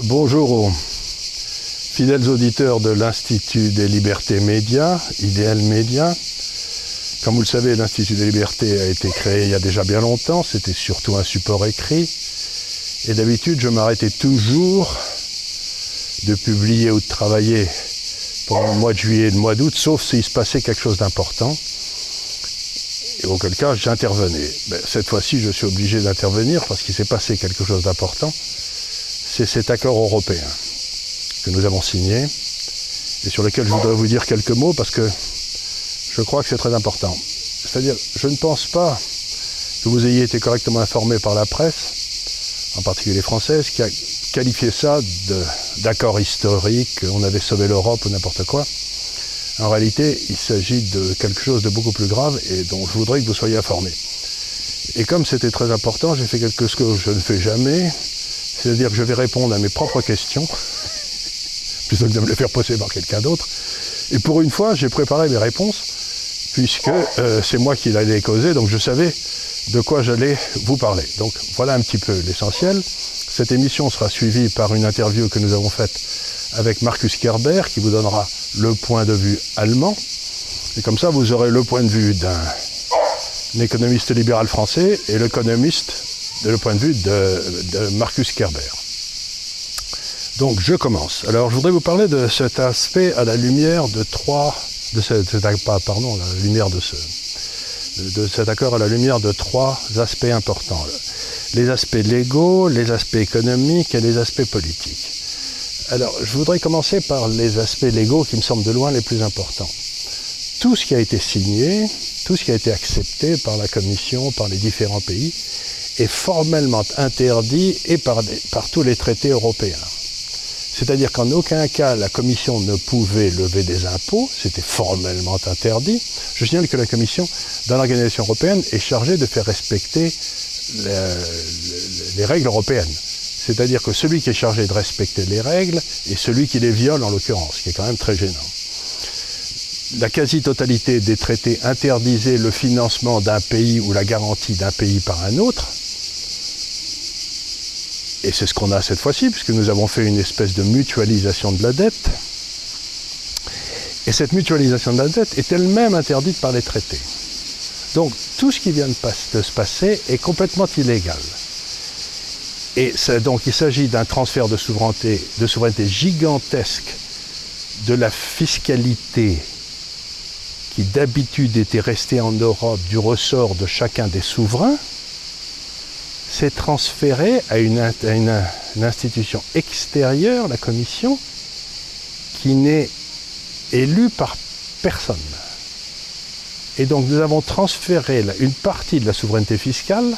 Bonjour aux fidèles auditeurs de l'Institut des Libertés Médias, IDL Média. Comme vous le savez, l'Institut des Libertés a été créé il y a déjà bien longtemps, c'était surtout un support écrit. Et d'habitude, je m'arrêtais toujours de publier ou de travailler pendant le mois de juillet et le mois d'août, sauf s'il se passait quelque chose d'important. Et auquel cas, j'intervenais. Cette fois-ci, je suis obligé d'intervenir parce qu'il s'est passé quelque chose d'important. C'est cet accord européen que nous avons signé et sur lequel je voudrais vous dire quelques mots parce que je crois que c'est très important. C'est-à-dire, je ne pense pas que vous ayez été correctement informé par la presse, en particulier française, qui a qualifié ça d'accord historique, on avait sauvé l'Europe ou n'importe quoi. En réalité, il s'agit de quelque chose de beaucoup plus grave et dont je voudrais que vous soyez informés. Et comme c'était très important, j'ai fait quelque chose que je ne fais jamais, c'est-à-dire que je vais répondre à mes propres questions, plutôt que de me les faire poser par quelqu'un d'autre. Et pour une fois, j'ai préparé mes réponses, puisque c'est moi qui l'allais causer, donc je savais de quoi j'allais vous parler. Donc voilà un petit peu l'essentiel. Cette émission sera suivie par une interview que nous avons faite avec Markus Kerber, qui vous donnera le point de vue allemand. Et comme ça, vous aurez le point de vue d'un économiste libéral français et le point de vue de Markus Kerber. Donc, je commence. Alors, je voudrais vous parler de cet aspect à la lumière de cet accord à la lumière de trois aspects importants. Les aspects légaux, les aspects économiques et les aspects politiques. Alors, je voudrais commencer par les aspects légaux qui me semblent de loin les plus importants. Tout ce qui a été signé, tout ce qui a été accepté par la Commission, par les différents pays, est formellement interdit et par tous les traités européens. C'est-à-dire qu'en aucun cas, la Commission ne pouvait lever des impôts, c'était formellement interdit. Je signale que la Commission, dans l'organisation européenne, est chargée de faire respecter les règles européennes. C'est-à-dire que celui qui est chargé de respecter les règles est celui qui les viole en l'occurrence, ce qui est quand même très gênant. La quasi-totalité des traités interdisaient le financement d'un pays ou la garantie d'un pays par un autre. Et c'est ce qu'on a cette fois-ci, puisque nous avons fait une espèce de mutualisation de la dette. Et cette mutualisation de la dette est elle-même interdite par les traités. Donc tout ce qui vient de se passer est complètement illégal. Et donc il s'agit d'un transfert de souveraineté gigantesque de la fiscalité qui d'habitude était restée en Europe du ressort de chacun des souverains, c'est transféré à une institution extérieure, la Commission, qui n'est élue par personne. Et donc nous avons transféré une partie de la souveraineté fiscale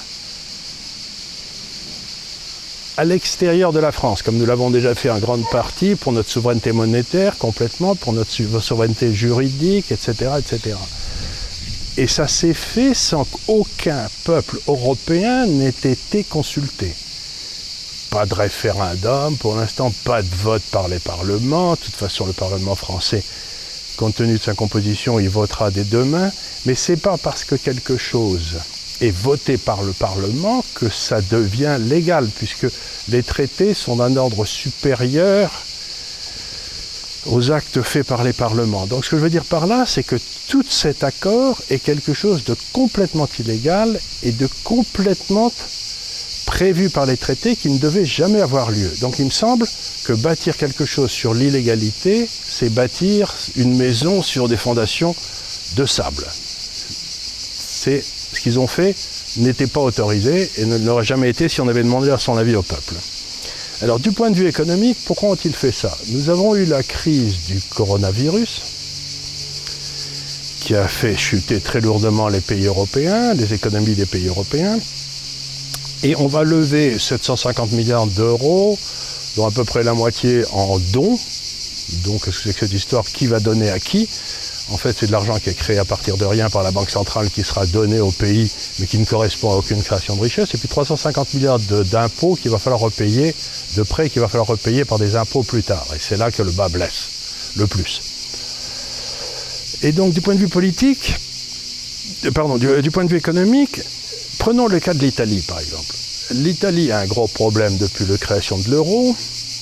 à l'extérieur de la France, comme nous l'avons déjà fait en grande partie pour notre souveraineté monétaire, complètement, pour notre souveraineté juridique, etc., etc. Et ça s'est fait sans qu'aucun peuple européen n'ait été consulté. Pas de référendum, pour l'instant, pas de vote par les parlements. De toute façon, le Parlement français, compte tenu de sa composition, il votera dès demain. Mais ce n'est pas parce que quelque chose est voté par le Parlement que ça devient légal, puisque les traités sont d'un ordre supérieur aux actes faits par les parlements. Donc ce que je veux dire par là, c'est que tout cet accord est quelque chose de complètement illégal et de complètement prévu par les traités qui ne devait jamais avoir lieu. Donc il me semble que bâtir quelque chose sur l'illégalité, c'est bâtir une maison sur des fondations de sable. C'est ce qu'ils ont fait n'était pas autorisé et ne l'aurait jamais été si on avait demandé son avis au peuple. Alors du point de vue économique, pourquoi ont-ils fait ça? Nous avons eu la crise du coronavirus qui a fait chuter très lourdement les pays européens, les économies des pays européens, et on va lever 750 milliards d'euros, dont à peu près la moitié en dons. Donc qu'est-ce que c'est que cette histoire? Qui va donner à qui? En fait, c'est de l'argent qui est créé à partir de rien par la Banque centrale qui sera donné au pays, mais qui ne correspond à aucune création de richesse. Et puis 350 milliards d'impôts qu'il va falloir repayer, de prêts qu'il va falloir repayer par des impôts plus tard. Et c'est là que le bas blesse, le plus. Et donc, du point de vue politique, du point de vue économique, prenons le cas de l'Italie, par exemple. L'Italie a un gros problème depuis la création de l'euro.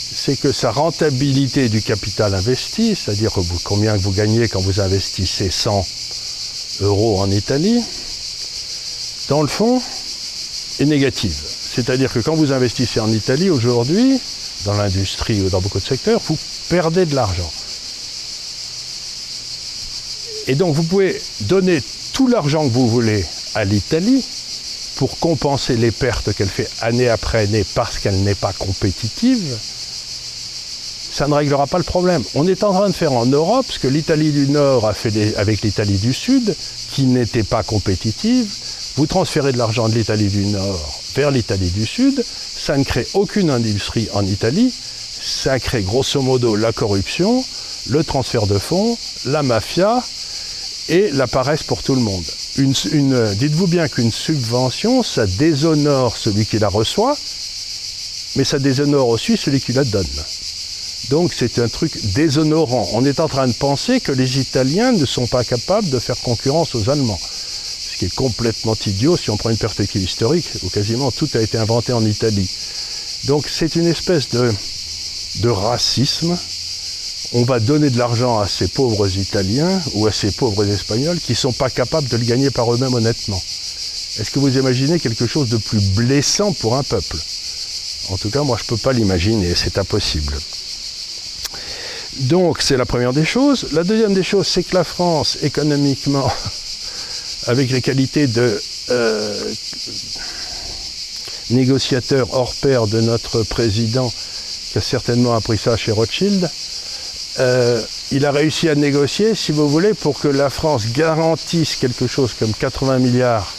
c'est que sa rentabilité du capital investi, c'est-à-dire combien vous gagnez quand vous investissez 100 € en Italie, dans le fond, est négative. C'est-à-dire que quand vous investissez en Italie aujourd'hui, dans l'industrie ou dans beaucoup de secteurs, vous perdez de l'argent. Et donc vous pouvez donner tout l'argent que vous voulez à l'Italie pour compenser les pertes qu'elle fait année après année parce qu'elle n'est pas compétitive. Ça ne réglera pas le problème. On est en train de faire en Europe ce que l'Italie du Nord a fait avec l'Italie du Sud, qui n'était pas compétitive. Vous transférez de l'argent de l'Italie du Nord vers l'Italie du Sud, ça ne crée aucune industrie en Italie, ça crée grosso modo la corruption, le transfert de fonds, la mafia et la paresse pour tout le monde. Dites-vous bien qu'une subvention, ça déshonore celui qui la reçoit, mais ça déshonore aussi celui qui la donne. Donc c'est un truc déshonorant. On est en train de penser que les Italiens ne sont pas capables de faire concurrence aux Allemands. Ce qui est complètement idiot si on prend une perspective historique, où quasiment tout a été inventé en Italie. Donc c'est une espèce de racisme. On va donner de l'argent à ces pauvres Italiens ou à ces pauvres Espagnols qui ne sont pas capables de le gagner par eux-mêmes honnêtement. Est-ce que vous imaginez quelque chose de plus blessant pour un peuple? En tout cas, moi je ne peux pas l'imaginer, c'est impossible. Donc c'est la première des choses. La deuxième des choses, c'est que la France, économiquement, avec les qualités de négociateur hors pair de notre président, qui a certainement appris ça chez Rothschild, il a réussi à négocier, si vous voulez, pour que la France garantisse quelque chose comme 80 milliards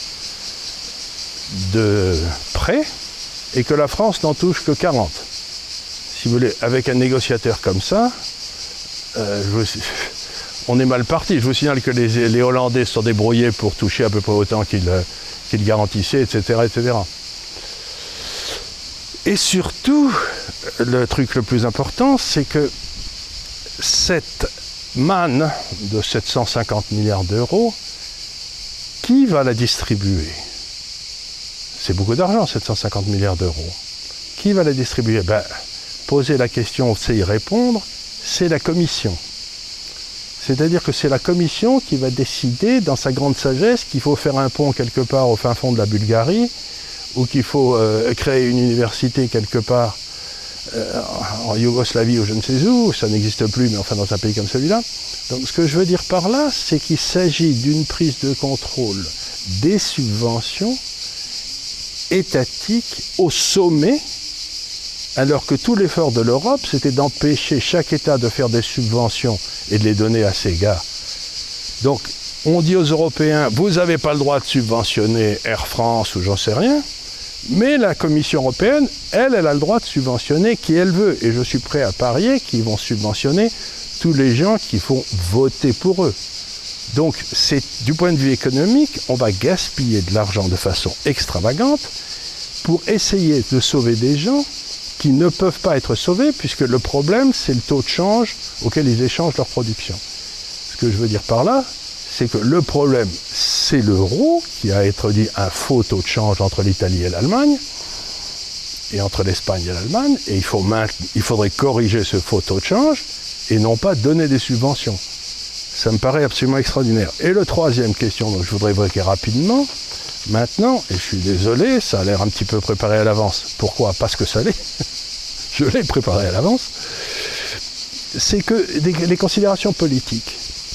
de prêts et que la France n'en touche que 40. Si vous voulez, avec un négociateur comme ça, on est mal parti. Je vous signale que les Hollandais se sont débrouillés pour toucher à peu près autant qu'ils garantissaient, etc., etc. Et surtout, le truc le plus important, c'est que cette manne de 750 milliards d'euros, qui va la distribuer? C'est beaucoup d'argent, 750 milliards d'euros. Qui va la distribuer? Poser la question, c'est y répondre, c'est la Commission. C'est-à-dire que c'est la Commission qui va décider, dans sa grande sagesse, qu'il faut faire un pont quelque part au fin fond de la Bulgarie, ou qu'il faut créer une université quelque part en Yougoslavie ou je ne sais où, ça n'existe plus, mais enfin dans un pays comme celui-là. Donc ce que je veux dire par là, c'est qu'il s'agit d'une prise de contrôle des subventions étatiques au sommet, alors que tout l'effort de l'Europe, c'était d'empêcher chaque État de faire des subventions et de les donner à ses gars. Donc on dit aux Européens, vous n'avez pas le droit de subventionner Air France ou j'en sais rien, mais la Commission européenne, elle a le droit de subventionner qui elle veut. Et je suis prêt à parier qu'ils vont subventionner tous les gens qui font voter pour eux. Donc, du point de vue économique, on va gaspiller de l'argent de façon extravagante pour essayer de sauver des gens qui ne peuvent pas être sauvés, puisque le problème, c'est le taux de change auquel ils échangent leur production. Ce que je veux dire par là, c'est que le problème, c'est l'euro, qui a été dit un faux taux de change entre l'Italie et l'Allemagne, et entre l'Espagne et l'Allemagne, et il faudrait corriger ce faux taux de change, et non pas donner des subventions. Ça me paraît absolument extraordinaire. Et la troisième question, donc je voudrais évoquer rapidement, maintenant, et je suis désolé, ça a l'air un petit peu préparé à l'avance. Pourquoi? Parce que ça l'est. Je l'ai préparé à l'avance. C'est que les considérations politiques.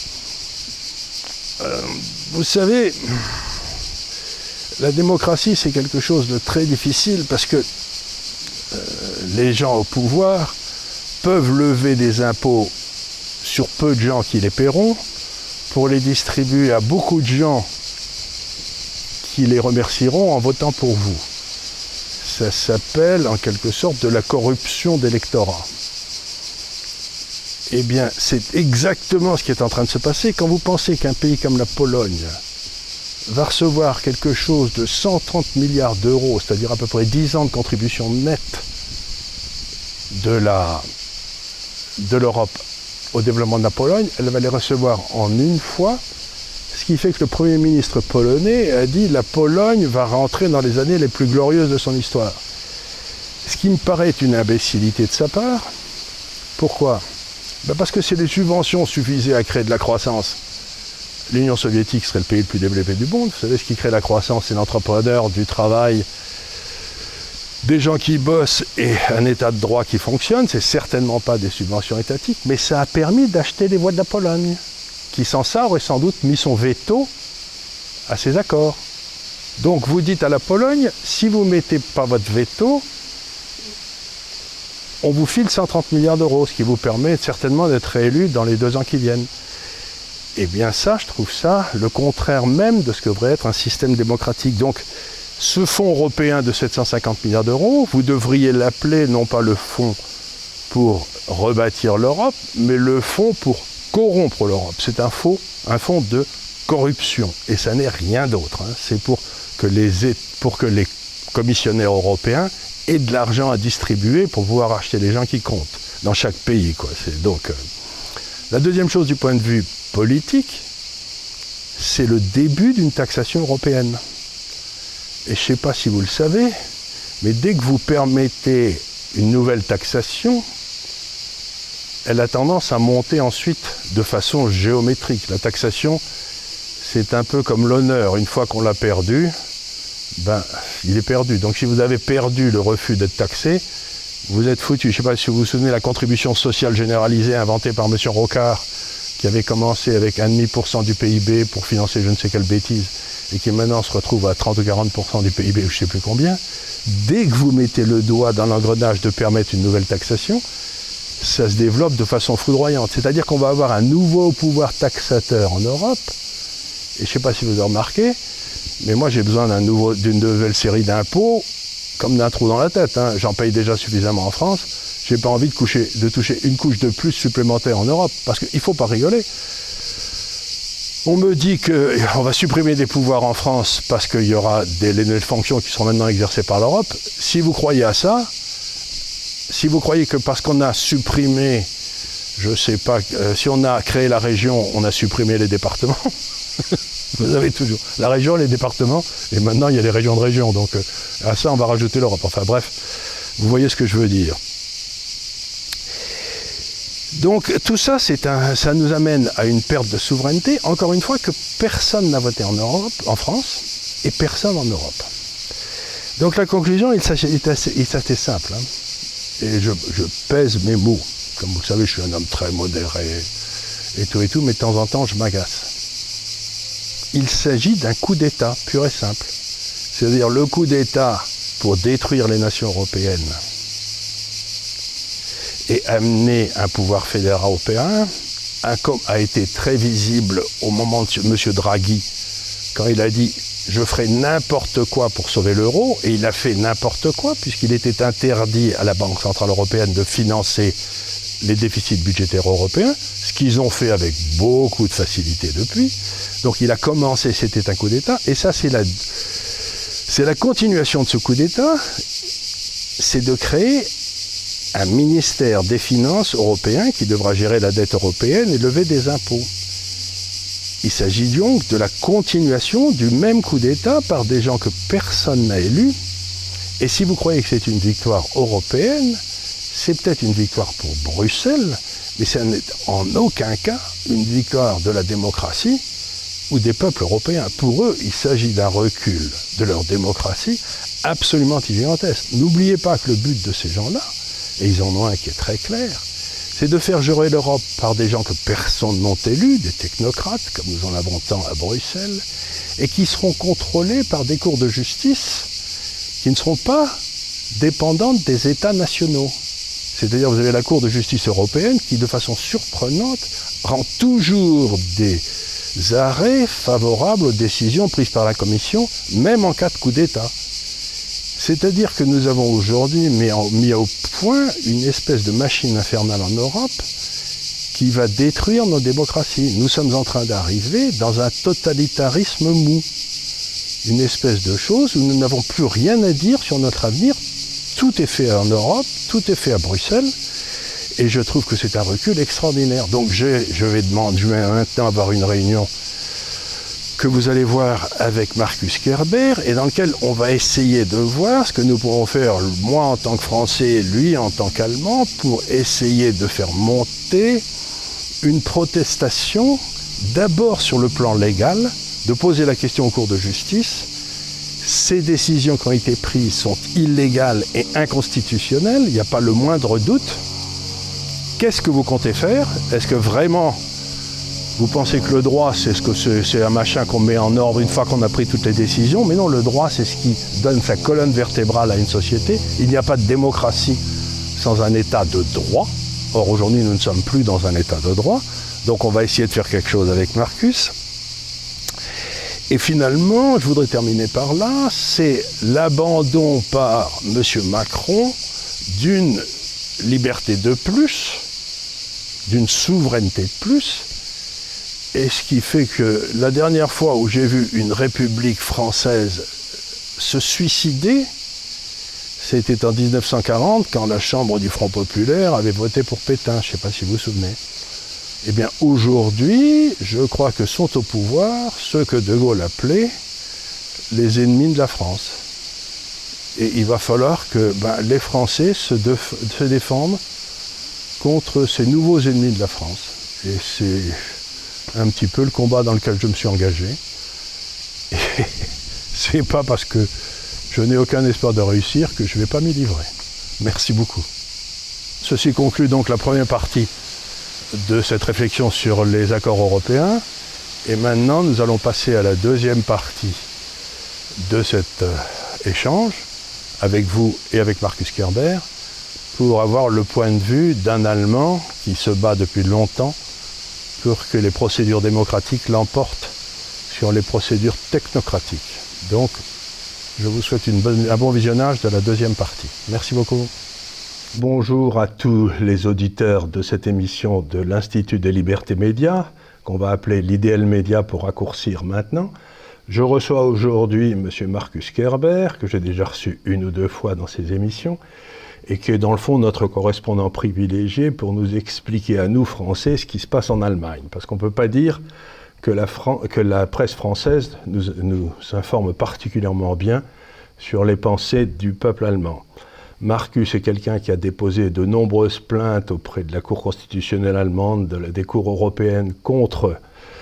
Vous savez, la démocratie, c'est quelque chose de très difficile parce que les gens au pouvoir peuvent lever des impôts sur peu de gens qui les paieront pour les distribuer à beaucoup de gens qui les remercieront en votant pour vous. Ça s'appelle en quelque sorte de la corruption d'électorat. Eh bien, c'est exactement ce qui est en train de se passer. Quand vous pensez qu'un pays comme la Pologne va recevoir quelque chose de 130 milliards d'euros, c'est-à-dire à peu près 10 ans de contribution nette de l'Europe au développement de la Pologne, elle va les recevoir en une fois, ce qui fait que le Premier ministre polonais a dit « la Pologne va rentrer dans les années les plus glorieuses de son histoire ». Ce qui me paraît une imbécilité de sa part. Pourquoi ? Parce que si les subventions suffisaient à créer de la croissance, l'Union soviétique serait le pays le plus développé du monde. Vous savez, ce qui crée la croissance, c'est l'entrepreneur, du travail, des gens qui bossent et un état de droit qui fonctionne. C'est certainement pas des subventions étatiques, mais ça a permis d'acheter les voies de la Pologne, qui sans ça aurait sans doute mis son veto à ces accords. Donc vous dites à la Pologne, si vous ne mettez pas votre veto, on vous file 130 milliards d'euros, ce qui vous permet certainement d'être réélu dans les 2 ans qui viennent. Eh bien ça, je trouve ça le contraire même de ce que devrait être un système démocratique. Donc ce fonds européen de 750 milliards d'euros, vous devriez l'appeler non pas le fonds pour rebâtir l'Europe, mais le fonds pour corrompre l'Europe. C'est un fonds de corruption. Et ça n'est rien d'autre. C'est pour que les commissionnaires européens aient de l'argent à distribuer pour pouvoir acheter les gens qui comptent dans chaque pays, quoi. C'est donc la deuxième chose du point de vue politique, c'est le début d'une taxation européenne. Et je ne sais pas si vous le savez, mais dès que vous permettez une nouvelle taxation, elle a tendance à monter ensuite de façon géométrique. La taxation, c'est un peu comme l'honneur. Une fois qu'on l'a perdu, il est perdu. Donc si vous avez perdu le refus d'être taxé, vous êtes foutu. Je ne sais pas si vous vous souvenez de la contribution sociale généralisée inventée par M. Rocard, qui avait commencé avec 1,5% du PIB pour financer je ne sais quelle bêtise, et qui maintenant se retrouve à 30 ou 40% du PIB, ou je ne sais plus combien. Dès que vous mettez le doigt dans l'engrenage de permettre une nouvelle taxation, ça se développe de façon foudroyante. C'est-à-dire qu'on va avoir un nouveau pouvoir taxateur en Europe, et je ne sais pas si vous avez remarqué, mais moi j'ai besoin d'une nouvelle série d'impôts, comme d'un trou dans la tête. J'en paye déjà suffisamment en France. Je n'ai pas envie de toucher une couche de plus supplémentaire en Europe, parce qu'il ne faut pas rigoler. On me dit qu'on va supprimer des pouvoirs en France parce qu'il y aura les fonctions qui seront maintenant exercées par l'Europe. Si vous croyez à ça, si vous croyez que parce qu'on a supprimé, je ne sais pas, si on a créé la région, on a supprimé les départements, vous avez toujours la région, les départements, et maintenant il y a les régions de région. Donc à ça, on va rajouter l'Europe. Enfin bref, vous voyez ce que je veux dire. Donc tout ça, ça nous amène à une perte de souveraineté, encore une fois, que personne n'a voté en Europe, en France, et personne en Europe. Donc la conclusion est assez simple. Et je pèse mes mots. Comme vous le savez, je suis un homme très modéré et tout, mais de temps en temps, je m'agace. Il s'agit d'un coup d'État pur et simple. C'est-à-dire le coup d'État pour détruire les nations européennes et amener un pouvoir fédéral européen, comme a été très visible au moment de M. Draghi, quand il a dit « je ferai n'importe quoi pour sauver l'euro », et il a fait n'importe quoi, puisqu'il était interdit à la Banque Centrale Européenne de financer les déficits budgétaires européens, ce qu'ils ont fait avec beaucoup de facilité depuis. Donc il a commencé, c'était un coup d'État, et ça c'est la continuation de ce coup d'État, c'est de créer un ministère des Finances européen qui devra gérer la dette européenne et lever des impôts. Il s'agit donc de la continuation du même coup d'État par des gens que personne n'a élus. Et si vous croyez que c'est une victoire européenne, c'est peut-être une victoire pour Bruxelles, mais ce n'est en aucun cas une victoire de la démocratie ou des peuples européens. Pour eux, il s'agit d'un recul de leur démocratie absolument gigantesque. N'oubliez pas que le but de ces gens-là, et ils en ont un qui est très clair, c'est de faire gérer l'Europe par des gens que personne n'a élus, des technocrates, comme nous en avons tant à Bruxelles, et qui seront contrôlés par des cours de justice qui ne seront pas dépendantes des États nationaux. C'est-à-dire, vous avez la Cour de justice européenne qui, de façon surprenante, rend toujours des arrêts favorables aux décisions prises par la Commission, même en cas de coup d'État. C'est-à-dire que nous avons aujourd'hui mis au point une espèce de machine infernale en Europe qui va détruire nos démocraties. Nous sommes en train d'arriver dans un totalitarisme mou. Une espèce de chose où nous n'avons plus rien à dire sur notre avenir. Tout est fait en Europe, tout est fait à Bruxelles, et je trouve que c'est un recul extraordinaire. Donc je vais maintenant avoir une réunion que vous allez voir avec Marcus Kerber et dans lequel on va essayer de voir ce que nous pourrons faire, moi en tant que Français, lui en tant qu'Allemand, pour essayer de faire monter une protestation, d'abord sur le plan légal, de poser la question en cour de justice. Ces décisions qui ont été prises sont illégales et inconstitutionnelles, il n'y a pas le moindre doute. Qu'est-ce que vous comptez faire? Est-ce que vraiment vous pensez que le droit, c'est un machin qu'on met en ordre une fois qu'on a pris toutes les décisions? Mais non, le droit, c'est ce qui donne sa colonne vertébrale à une société. Il n'y a pas de démocratie sans un état de droit. Or, aujourd'hui, nous ne sommes plus dans un état de droit. Donc, on va essayer de faire quelque chose avec Marcus. Et finalement, je voudrais terminer par là, c'est l'abandon par M. Macron d'une liberté de plus, d'une souveraineté de plus. Et ce qui fait que la dernière fois où j'ai vu une République française se suicider, c'était en 1940, quand la Chambre du Front Populaire avait voté pour Pétain, je ne sais pas si vous vous souvenez. Eh bien, aujourd'hui, je crois que sont au pouvoir ceux que De Gaulle appelait les ennemis de la France. Et il va falloir que les Français se défendent contre ces nouveaux ennemis de la France. Et c'est un petit peu le combat dans lequel je me suis engagé. Et c'est pas parce que je n'ai aucun espoir de réussir que je ne vais pas m'y livrer. Merci beaucoup. Ceci conclut donc la première partie de cette réflexion sur les accords européens. Et maintenant, nous allons passer à la deuxième partie de cet échange avec vous et avec Marcus Kerber pour avoir le point de vue d'un Allemand qui se bat depuis longtemps pour que les procédures démocratiques l'emportent sur les procédures technocratiques. Donc, je vous souhaite un bon visionnage de la deuxième partie. Merci beaucoup. Bonjour à tous les auditeurs de cette émission de l'Institut des libertés médias, qu'on va appeler l'IDL Média pour raccourcir maintenant. Je reçois aujourd'hui M. Marcus Kerber, que j'ai déjà reçu une ou deux fois dans ces émissions, et qui est dans le fond notre correspondant privilégié pour nous expliquer à nous, Français, ce qui se passe en Allemagne. Parce qu'on ne peut pas dire que la presse française nous informe particulièrement bien sur les pensées du peuple allemand. Marcus est quelqu'un qui a déposé de nombreuses plaintes auprès de la Cour constitutionnelle allemande, des cours européennes, contre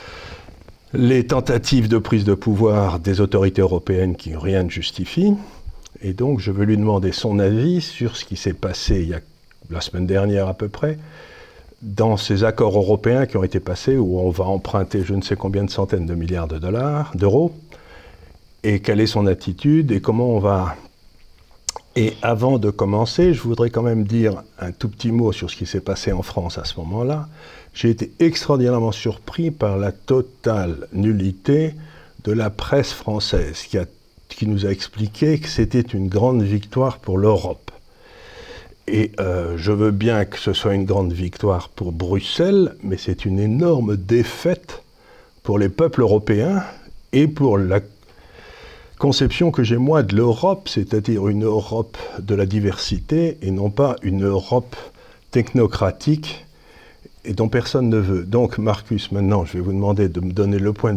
les tentatives de prise de pouvoir des autorités européennes qui rien ne justifie. Et donc, je veux lui demander son avis sur ce qui s'est passé la semaine dernière à peu près, dans ces accords européens qui ont été passés, où on va emprunter je ne sais combien de centaines de milliards d'euros, et quelle est son attitude, et comment on va... Et avant de commencer, je voudrais quand même dire un tout petit mot sur ce qui s'est passé en France à ce moment-là. J'ai été extraordinairement surpris par la totale nullité de la presse française, qui nous a expliqué que c'était une grande victoire pour l'Europe. Et je veux bien que ce soit une grande victoire pour Bruxelles, mais c'est une énorme défaite pour les peuples européens et pour la conception que j'ai moi de l'Europe, c'est-à-dire une Europe de la diversité et non pas une Europe technocratique et dont personne ne veut. Donc Marcus, maintenant je vais vous demander de me donner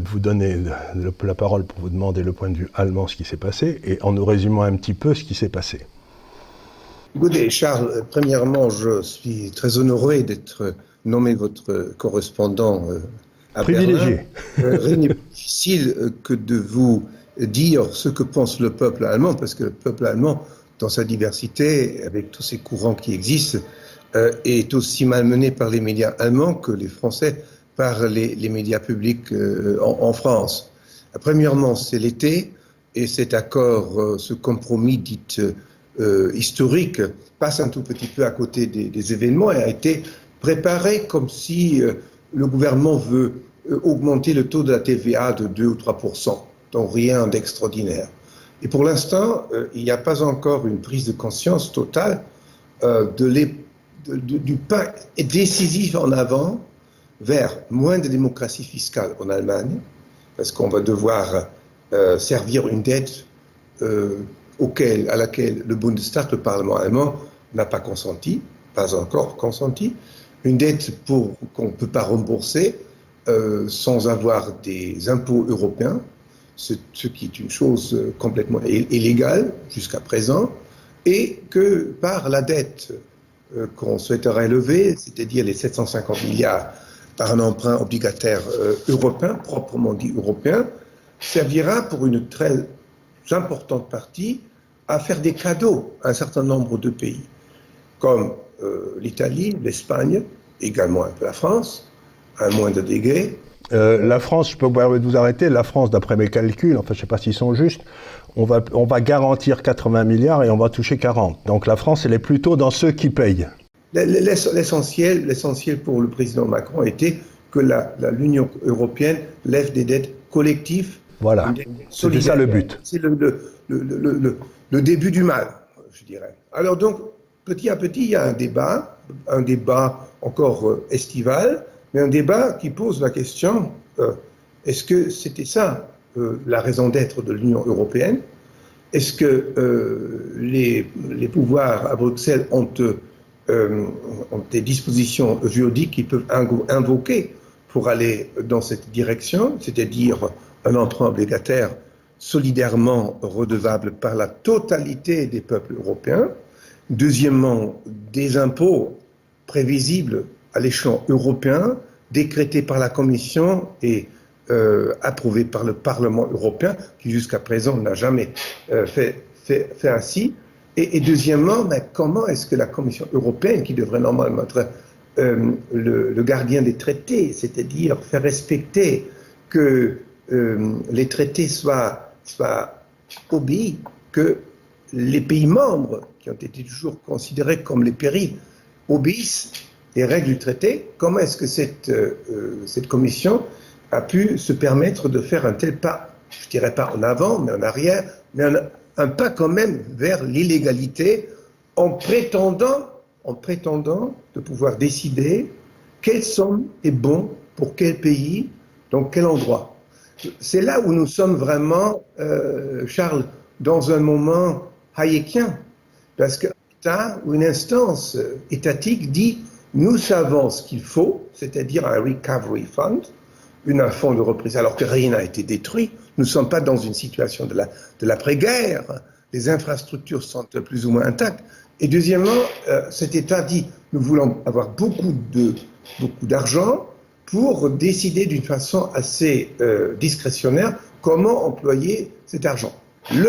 la parole pour vous demander le point de vue allemand, ce qui s'est passé, et en nous résumant un petit peu ce qui s'est passé. Écoutez, Charles, premièrement, je suis très honoré d'être nommé votre correspondant à privilégié. Berlin. Rien n'est plus difficile que de vous dire ce que pense le peuple allemand, parce que le peuple allemand, dans sa diversité, avec tous ces courants qui existent, est aussi malmené par les médias allemands que les Français par les médias publics en France. Premièrement, c'est l'été, et cet accord, ce compromis dit historique, passe un tout petit peu à côté des événements et a été préparé comme si le gouvernement veut augmenter le taux de la TVA de 2 ou 3%. Donc rien d'extraordinaire. Et pour l'instant, il n'y a pas encore une prise de conscience totale du pas décisif en avant vers moins de démocratie fiscale en Allemagne, parce qu'on va devoir servir une dette à laquelle le Bundestag, le Parlement allemand, n'a pas consenti, pas encore consenti, une dette qu'on ne peut pas rembourser, sans avoir des impôts européens, ce qui est une chose complètement illégale jusqu'à présent, et que par la dette qu'on souhaiterait lever, c'est-à-dire les 750 milliards par un emprunt obligataire européen, proprement dit européen, servira pour une très importante partie à faire des cadeaux à un certain nombre de pays, comme l'Italie, l'Espagne, également un peu la France, à un moindre degré. La France, je peux vous arrêter, la France, d'après mes calculs, enfin je ne sais pas s'ils sont justes, on va garantir 80 milliards et on va toucher 40. Donc la France, elle est plutôt dans ceux qui payent. L'essentiel pour le président Macron était que l'Union européenne lève des dettes collectives. Voilà, c'était ça le but. C'est le début du mal, je dirais. Alors donc, petit à petit, il y a un débat encore estival, mais un débat qui pose la question, est-ce que c'était ça la raison d'être de l'Union européenne? Est-ce que les pouvoirs à Bruxelles ont des dispositions juridiques qu'ils peuvent invoquer pour aller dans cette direction, c'est-à-dire un emprunt obligataire solidairement redevable par la totalité des peuples européens. Deuxièmement, des impôts prévisibles à l'échelon européen, décrétés par la Commission et approuvés par le Parlement européen, qui jusqu'à présent n'a jamais fait ainsi. Et deuxièmement, comment est-ce que la Commission européenne, qui devrait normalement être le gardien des traités, c'est-à-dire faire respecter que les traités soient obéis, que les pays membres, qui ont été toujours considérés comme les périls, obéissent les règles du traité, comment est-ce que cette commission a pu se permettre de faire un tel pas, je dirais pas en avant, mais en arrière, mais un pas quand même vers l'illégalité, en prétendant de pouvoir décider quelle somme est bon pour quel pays, dans quel endroit. C'est là où nous sommes vraiment, Charles, dans un moment hayekien, parce qu'un État ou une instance étatique dit « nous savons ce qu'il faut », c'est-à-dire un recovery fund, un fonds de reprise, alors que rien n'a été détruit. Nous ne sommes pas dans une situation de l'après-guerre. Les infrastructures sont plus ou moins intactes. Et deuxièmement, cet État dit « nous voulons avoir beaucoup d'argent pour décider d'une façon assez discrétionnaire comment employer cet argent ». La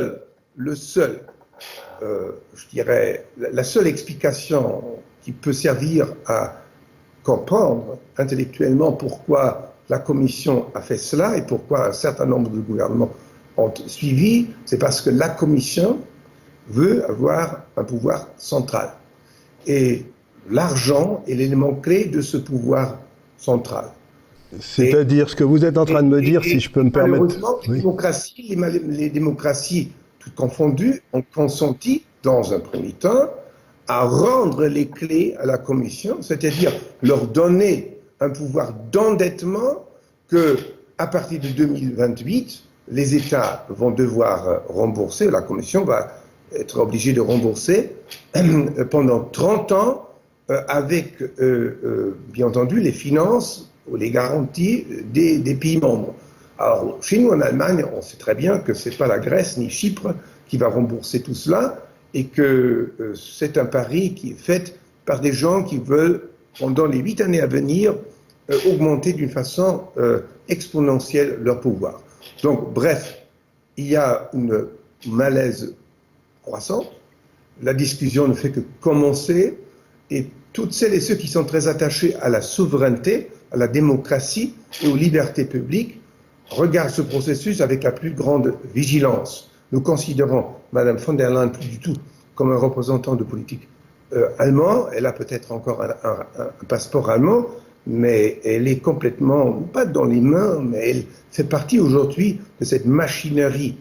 seule explication qui peut servir à comprendre intellectuellement pourquoi la Commission a fait cela et pourquoi un certain nombre de gouvernements ont suivi, c'est parce que la Commission veut avoir un pouvoir central. Et l'argent est l'élément clé de ce pouvoir central. C'est-à-dire ce que vous êtes en train de me dire, si je peux me permettre. Malheureusement, les démocraties, toutes confondues, ont consenti, dans un premier temps, à rendre les clés à la Commission, c'est-à-dire leur donner un pouvoir d'endettement que, à partir de 2028, les États vont devoir rembourser, la Commission va être obligée de rembourser pendant 30 ans avec, bien entendu, les finances ou les garanties des pays membres. Alors, chez nous, en Allemagne, on sait très bien que ce n'est pas la Grèce ni Chypre qui va rembourser tout cela et que c'est un pari qui est fait par des gens qui veulent, pendant les 8 années à venir, augmenter d'une façon exponentielle leur pouvoir. Donc, bref, il y a une malaise croissante. La discussion ne fait que commencer et toutes celles et ceux qui sont très attachés à la souveraineté, à la démocratie et aux libertés publiques regardent ce processus avec la plus grande vigilance. Nous considérons Mme von der Leyen plus du tout comme un représentant de politique allemand. Elle a peut-être encore un passeport allemand, mais elle est complètement, pas dans les mains, mais elle fait partie aujourd'hui de cette machinerie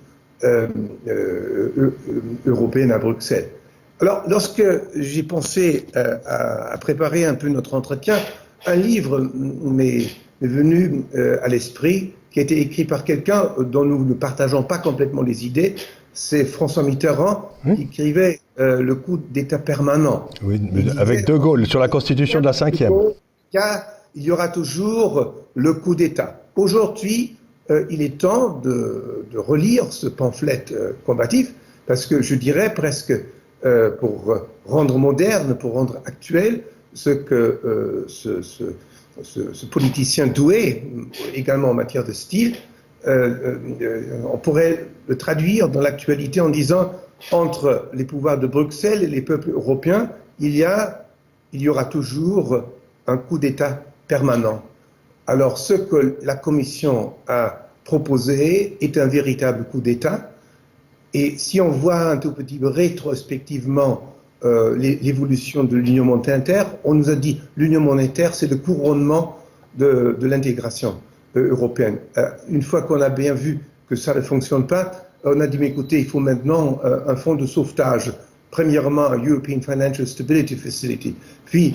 européenne à Bruxelles. Alors, lorsque j'ai pensé à préparer un peu notre entretien, un livre m'est venu à l'esprit, qui a été écrit par quelqu'un dont nous ne partageons pas complètement les idées. C'est François Mitterrand qui écrivait le coup d'État permanent. Oui, avec De Gaulle, sur la Constitution de la 5e. Qui a il y aura toujours le coup d'État. Aujourd'hui, il est temps de relire ce pamphlet combatif, parce que je dirais presque, pour rendre moderne, pour rendre actuel, ce que ce politicien doué, également en matière de style, on pourrait le traduire dans l'actualité en disant entre les pouvoirs de Bruxelles et les peuples européens, il y aura toujours un coup d'État permanent. Alors ce que la Commission a proposé est un véritable coup d'État. Et si on voit un tout petit peu rétrospectivement l'évolution de l'union monétaire, on nous a dit l'union monétaire, c'est le couronnement de l'intégration européenne. Une fois qu'on a bien vu que ça ne fonctionne pas, on a dit, mais écoutez, il faut maintenant un fonds de sauvetage. Premièrement, un European Financial Stability Facility, puis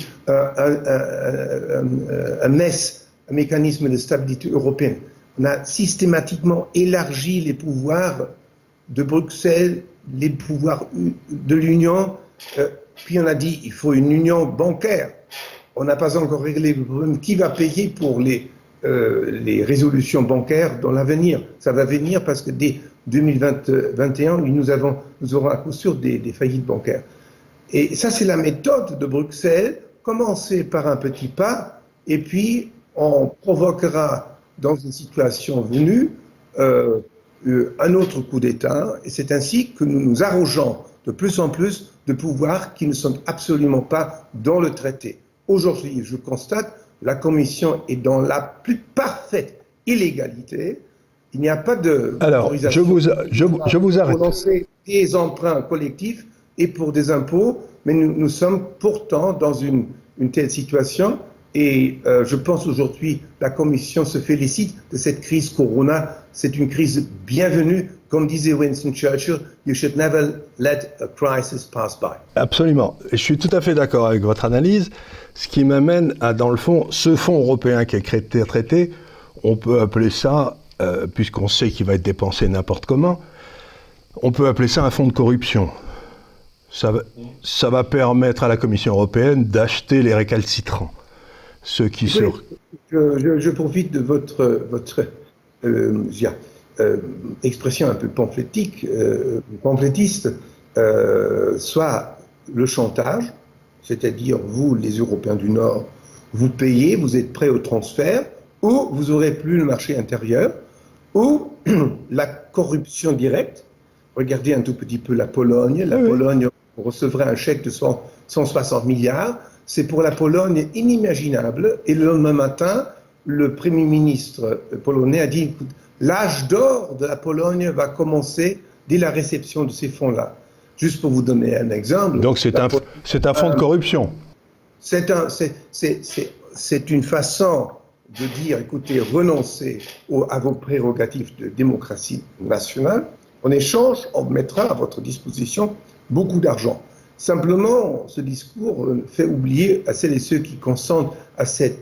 un MES, un mécanisme de stabilité européenne. On a systématiquement élargi les pouvoirs de Bruxelles, les pouvoirs de l'Union, puis on a dit il faut une union bancaire. On n'a pas encore réglé le problème. Qui va payer pour les résolutions bancaires dans l'avenir? Ça va venir parce que dès 2021, nous aurons à coup sûr des faillites bancaires. Et ça, c'est la méthode de Bruxelles. Commencer par un petit pas, et puis on provoquera dans une situation venue un autre coup d'État, et c'est ainsi que nous nous arrogeons de plus en plus de pouvoirs qui ne sont absolument pas dans le traité. Aujourd'hui, je constate, la Commission est dans la plus parfaite illégalité. Il n'y a pas de... Alors, je vous arrête. Pour lancer des emprunts collectifs et pour des impôts, mais nous sommes pourtant dans une telle situation. Et je pense aujourd'hui, la Commission se félicite de cette crise Corona. C'est une crise bienvenue. Comme disait Winston Churchill, you should never let a crisis pass by. Absolument. Je suis tout à fait d'accord avec votre analyse. Ce qui m'amène à, dans le fond, ce fonds européen qui est traité, on peut appeler ça, puisqu'on sait qu'il va être dépensé n'importe comment, on peut appeler ça un fonds de corruption. Ça va permettre à la Commission européenne d'acheter les récalcitrants. Ceux qui je profite de votre expression un peu pamphlétiste, soit le chantage, c'est-à-dire vous, les Européens du Nord, vous payez, vous êtes prêts au transfert, ou vous n'aurez plus le marché intérieur, ou la corruption directe. Regardez un tout petit peu la Pologne. La Pologne recevrait un chèque de 160 milliards. C'est pour la Pologne inimaginable. Et le lendemain matin, le Premier ministre polonais a dit « L'âge d'or de la Pologne va commencer dès la réception de ces fonds-là ». Juste pour vous donner un exemple. Donc c'est un fonds de corruption. C'est une façon de dire, écoutez, renoncez à vos prérogatives de démocratie nationale. En échange, on mettra à votre disposition beaucoup d'argent. Simplement, ce discours fait oublier à celles et ceux qui consentent à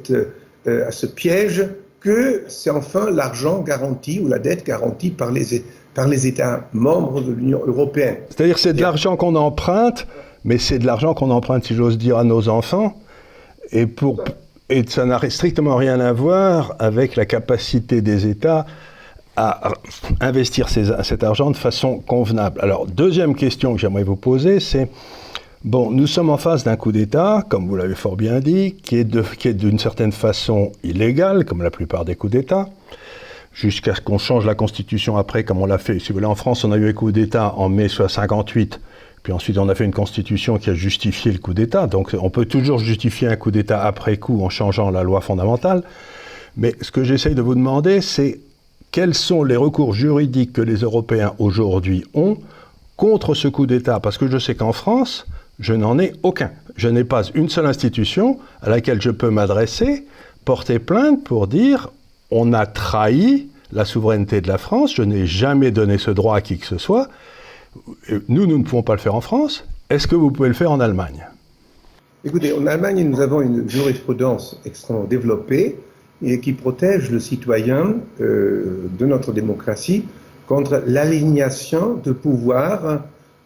ce piège que c'est enfin l'argent garanti ou la dette garantie par les États membres de l'Union européenne. C'est-à-dire que c'est de l'argent qu'on emprunte, mais c'est de l'argent qu'on emprunte, si j'ose dire, à nos enfants, et ça n'a strictement rien à voir avec la capacité des États à investir cet argent de façon convenable. Alors, deuxième question que j'aimerais vous poser, c'est, bon, nous sommes en face d'un coup d'État, comme vous l'avez fort bien dit, qui est d'une certaine façon illégal, comme la plupart des coups d'État, jusqu'à ce qu'on change la Constitution après, comme on l'a fait. Si vous voulez, en France, on a eu un coup d'État en mai 1958, puis ensuite on a fait une Constitution qui a justifié le coup d'État. Donc on peut toujours justifier un coup d'État après coup en changeant la loi fondamentale. Mais ce que j'essaye de vous demander, c'est quels sont les recours juridiques que les Européens aujourd'hui ont contre ce coup d'État? Parce que je sais qu'en France, je n'en ai aucun. Je n'ai pas une seule institution à laquelle je peux m'adresser, porter plainte pour dire on a trahi la souveraineté de la France, je n'ai jamais donné ce droit à qui que ce soit. Nous ne pouvons pas le faire en France. Est-ce que vous pouvez le faire en Allemagne? Écoutez, en Allemagne, nous avons une jurisprudence extrêmement développée et qui protège le citoyen de notre démocratie contre l'aliénation de pouvoir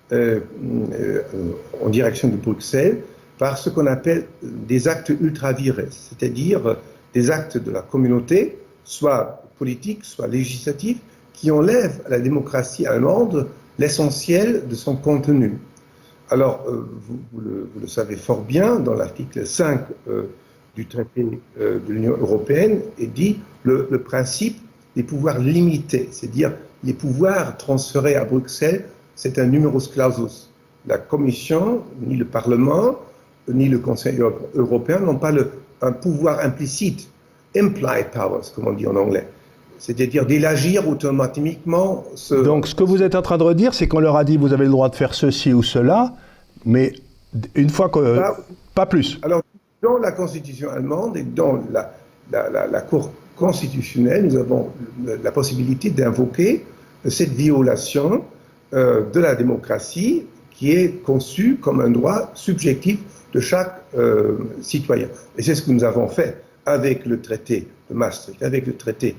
en direction de Bruxelles par ce qu'on appelle des actes ultra-vires, c'est-à-dire des actes de la communauté, soit politiques, soit législatifs, qui enlèvent à la démocratie allemande l'essentiel de son contenu. Alors, vous le savez fort bien, dans l'article 5 du traité de l'Union européenne, est dit le principe des pouvoirs limités, c'est-à-dire les pouvoirs transférés à Bruxelles, c'est un numerus clausus. La Commission, ni le Parlement, ni le Conseil européen n'ont pas un pouvoir implicite, implied powers, comme on dit en anglais. C'est-à-dire d'élargir automatiquement ce... Donc ce que vous êtes en train de redire, c'est qu'on leur a dit vous avez le droit de faire ceci ou cela, mais une fois que... Pas plus. Alors, dans la Constitution allemande et dans la Cour constitutionnelle, nous avons la possibilité d'invoquer cette violation de la démocratie qui est conçue comme un droit subjectif de chaque citoyen. Et c'est ce que nous avons fait avec le traité de Maastricht, avec le traité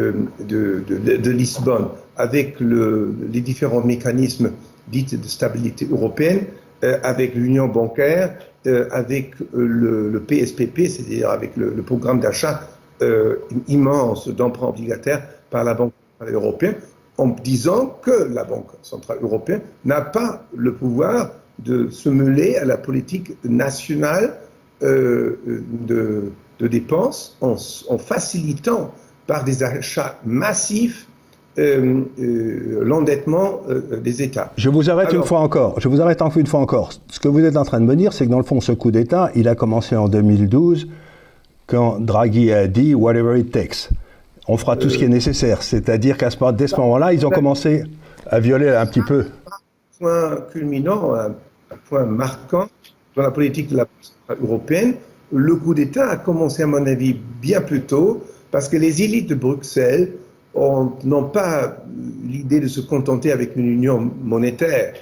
de Lisbonne, avec les différents mécanismes dits de stabilité européenne, avec l'union bancaire, avec le PSPP, c'est-à-dire avec le programme d'achat immense d'emprunts obligataires par la Banque centrale européenne, en disant que la Banque centrale européenne n'a pas le pouvoir de se mêler à la politique nationale de dépenses en facilitant par des achats massifs l'endettement des États. Je vous arrête une fois encore. Ce que vous êtes en train de me dire, c'est que dans le fond, ce coup d'État, il a commencé en 2012, quand Draghi a dit « whatever it takes ». On fera tout ce qui est nécessaire. C'est-à-dire dès ce moment-là, ils ont commencé à violer un petit peu. Un point culminant, un point marquant dans la politique de la Banque européenne, le coup d'État a commencé, à mon avis, bien plus tôt, parce que les élites de Bruxelles n'ont pas l'idée de se contenter avec une union monétaire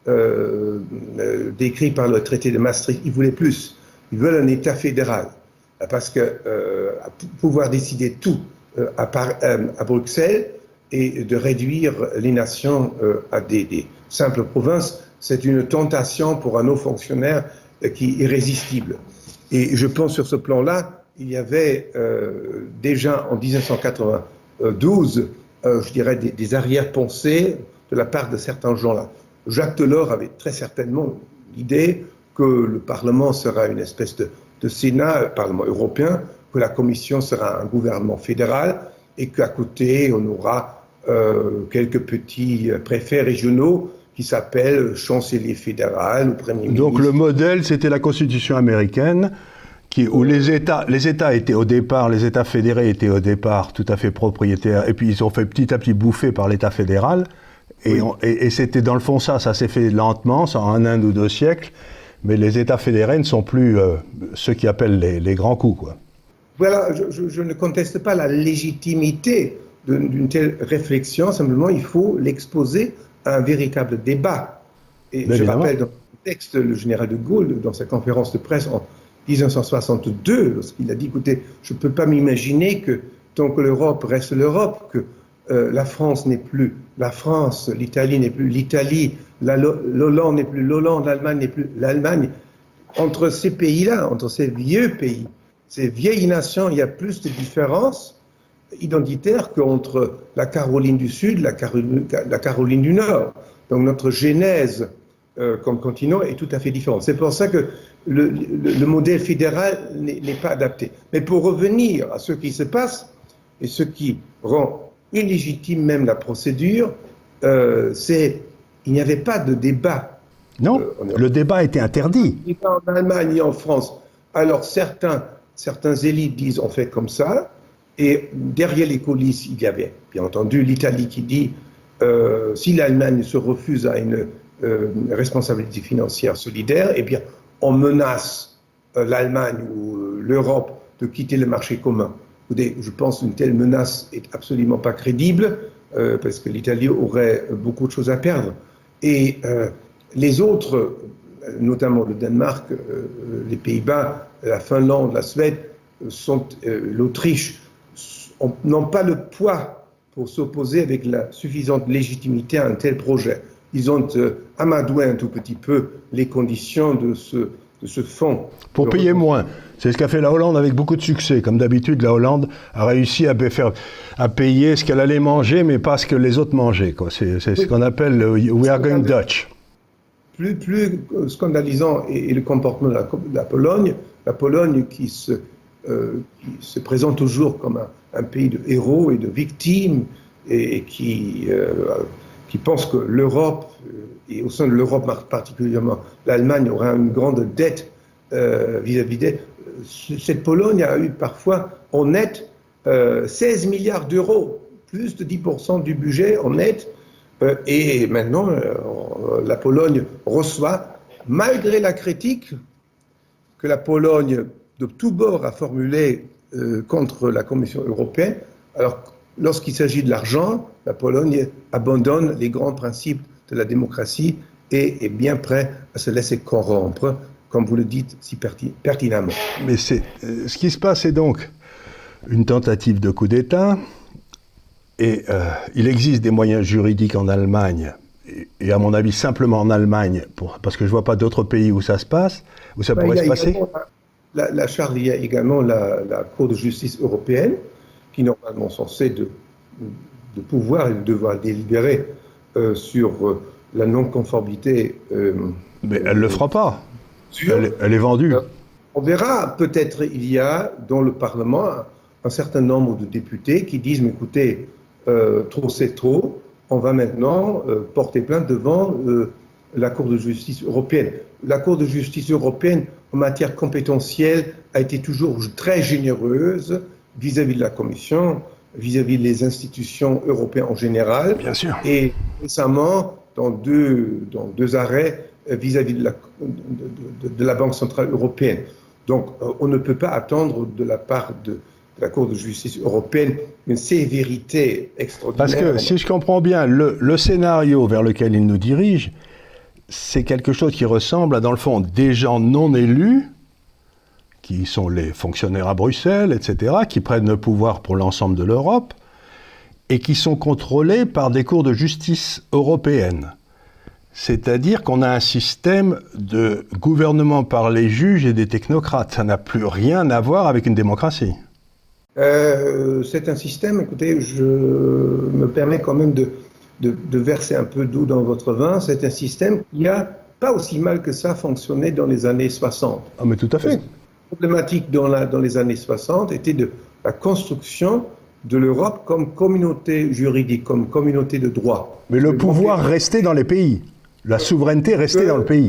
décrite par le traité de Maastricht. Ils voulaient plus. Ils veulent un État fédéral. Parce que pouvoir décider tout à Bruxelles et de réduire les nations à des simples provinces, c'est une tentation pour un haut fonctionnaire qui est irrésistible. Et je pense sur ce plan-là, il y avait déjà en 1992, je dirais, des arrière-pensées de la part de certains gens-là. Jacques Delors avait très certainement l'idée que le Parlement sera une espèce de Sénat, Parlement européen, que la Commission sera un gouvernement fédéral et qu'à côté, on aura quelques petits préfets régionaux qui s'appellent chancelier fédéral ou premier ministre. Donc le modèle, c'était la Constitution américaine, où les États étaient au départ, les États fédérés étaient au départ tout à fait propriétaires, et puis ils ont fait petit à petit bouffer par l'État fédéral, et, oui. et c'était dans le fond ça s'est fait lentement, en 1 ou 2 siècles, mais les États fédérés ne sont plus ceux qui appellent les grands coups, quoi. Voilà, je ne conteste pas la légitimité d'une telle réflexion, simplement il faut l'exposer à un véritable débat. Et je rappelle dans le texte, le général de Gaulle, dans sa conférence de presse en 1962, lorsqu'il a dit, écoutez, je ne peux pas m'imaginer que tant que l'Europe reste l'Europe, que la France n'est plus la France, l'Italie n'est plus l'Italie, l'Hollande n'est plus l'Hollande, l'Allemagne n'est plus l'Allemagne. Entre ces pays-là, entre ces vieux pays, ces vieilles nations, il y a plus de différences identitaires qu'entre la Caroline du Sud, la Caroline du Nord. Donc notre genèse comme continent est tout à fait différente. C'est pour ça que le modèle fédéral n'est pas adapté. Mais pour revenir à ce qui se passe, et ce qui rend illégitime même la procédure, c'est qu'il n'y avait pas de débat. Non, le débat était interdit. En Allemagne et en France. Alors certains élites disent on fait comme ça, et derrière les coulisses, il y avait bien entendu l'Italie qui dit si l'Allemagne se refuse à une responsabilité financière solidaire, eh bien on menace l'Allemagne ou l'Europe de quitter le marché commun. Je pense qu'une telle menace est absolument pas crédible, parce que l'Italie aurait beaucoup de choses à perdre. Et les autres, notamment le Danemark, les Pays-Bas, la Finlande, la Suède, l'Autriche, n'ont pas le poids pour s'opposer avec la suffisante légitimité à un tel projet. Ils ont amadoué un tout petit peu les conditions de ce fonds. Pour payer moins. C'est ce qu'a fait la Hollande avec beaucoup de succès. Comme d'habitude, la Hollande a réussi à payer ce qu'elle allait manger, mais pas ce que les autres mangeaient, quoi. C'est ce qu'on appelle le We are going Dutch. Plus scandalisant est le comportement de la Pologne. La Pologne qui se présente toujours comme un pays de héros et de victimes et qui pense que l'Europe, et au sein de l'Europe particulièrement, l'Allemagne aura une grande dette vis-à-vis d'elle. Cette Pologne a eu parfois en net 16 milliards d'euros, plus de 10% du budget en net. Et maintenant, la Pologne reçoit, malgré la critique que la Pologne de tous bords a formulée contre la Commission européenne. Alors, lorsqu'il s'agit de l'argent, la Pologne abandonne les grands principes de la démocratie et est bien prêt à se laisser corrompre, comme vous le dites si pertinemment. Mais ce qui se passe, c'est donc une tentative de coup d'État, et il existe des moyens juridiques en Allemagne, et à mon avis simplement en Allemagne, parce que je ne vois pas d'autres pays où ça se passe, où ça pourrait se passer. La Charte, il y a également la Cour de justice européenne, qui normalement censée de pouvoir et de devoir délibérer sur la non-conformité. Mais elle ne le fera pas. Elle est vendue. On verra, peut-être il y a dans le Parlement un certain nombre de députés qui disent, mais écoutez, trop c'est trop, on va maintenant porter plainte devant la Cour de justice européenne. La Cour de justice européenne, en matière compétentielle, a été toujours très généreuse vis-à-vis de la Commission, vis-à-vis des institutions européennes en général. Bien sûr. Et récemment, dans deux arrêts, vis-à-vis de la Banque centrale européenne. Donc, on ne peut pas attendre de la part de la Cour de justice européenne une sévérité extraordinaire. Parce que, si je comprends bien, le scénario vers lequel il nous dirige, c'est quelque chose qui ressemble à, dans le fond, des gens non élus, qui sont les fonctionnaires à Bruxelles, etc., qui prennent le pouvoir pour l'ensemble de l'Europe, et qui sont contrôlés par des cours de justice européennes. C'est-à-dire qu'on a un système de gouvernement par les juges et des technocrates. Ça n'a plus rien à voir avec une démocratie. C'est un système, écoutez, je me permets quand même de verser un peu d'eau dans votre vin. C'est un système qui a pas aussi mal que ça fonctionné dans les années 60. Ah, mais tout à fait. La problématique dans les années 60 était de la construction de l'Europe comme communauté juridique, comme communauté de droit. Mais le pouvoir restait dans les pays. La souveraineté restait dans le pays.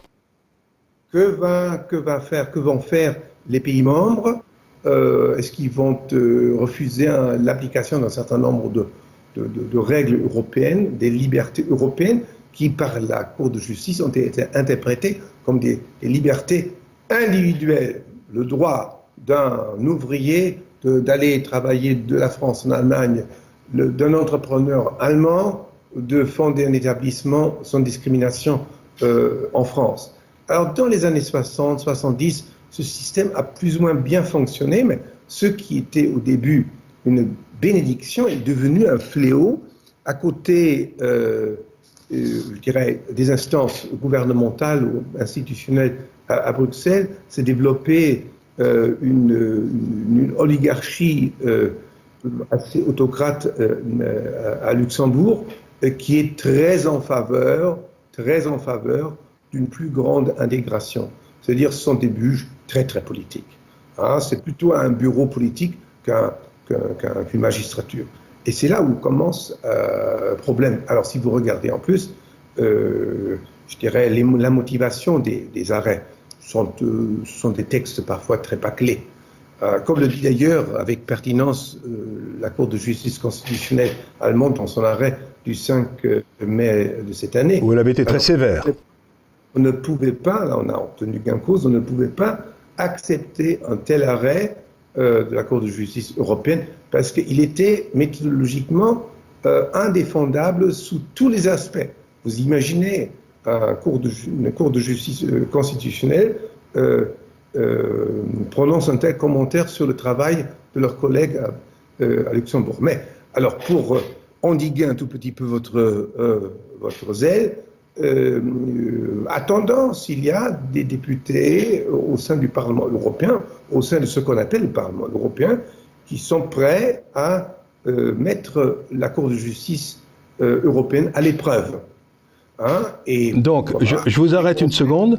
Que vont faire les pays membres? Est-ce qu'ils vont refuser l'application d'un certain nombre de règles européennes, des libertés européennes, qui par la Cour de justice ont été interprétées comme des libertés individuelles? Le droit d'un ouvrier d'aller travailler de la France en Allemagne, d'un entrepreneur allemand de fonder un établissement sans discrimination en France. Alors, dans les années 60, 70, ce système a plus ou moins bien fonctionné, mais ce qui était au début une bénédiction est devenu un fléau. À côté, je dirais, des instances gouvernementales ou institutionnelles à Bruxelles, s'est développée une oligarchie assez autocrate à Luxembourg, qui est très en faveur d'une plus grande intégration. C'est-à-dire, ce sont des buts très, très politiques. Hein, c'est plutôt un bureau politique qu'une magistrature. Et c'est là où commence le problème. Alors, si vous regardez en plus, je dirais, la motivation des arrêts sont des textes parfois très bâclés. Comme le dit d'ailleurs avec pertinence la Cour de justice constitutionnelle allemande dans son arrêt du 5 mai de cette année. Où elle avait été très sévère. On ne pouvait pas, là on a obtenu gain de cause, on ne pouvait pas accepter un tel arrêt de la Cour de justice européenne parce qu'il était méthodologiquement indéfendable sous tous les aspects. Vous imaginez une Cour de justice constitutionnelle prononce un tel commentaire sur le travail de leurs collègues à Luxembourg. Mais alors, pour endiguer un tout petit peu votre zèle, a tendance, il y a des députés au sein du Parlement européen, au sein de ce qu'on appelle le Parlement européen, qui sont prêts à mettre la Cour de justice européenne à l'épreuve. Hein, et donc, voilà. je vous arrête une seconde.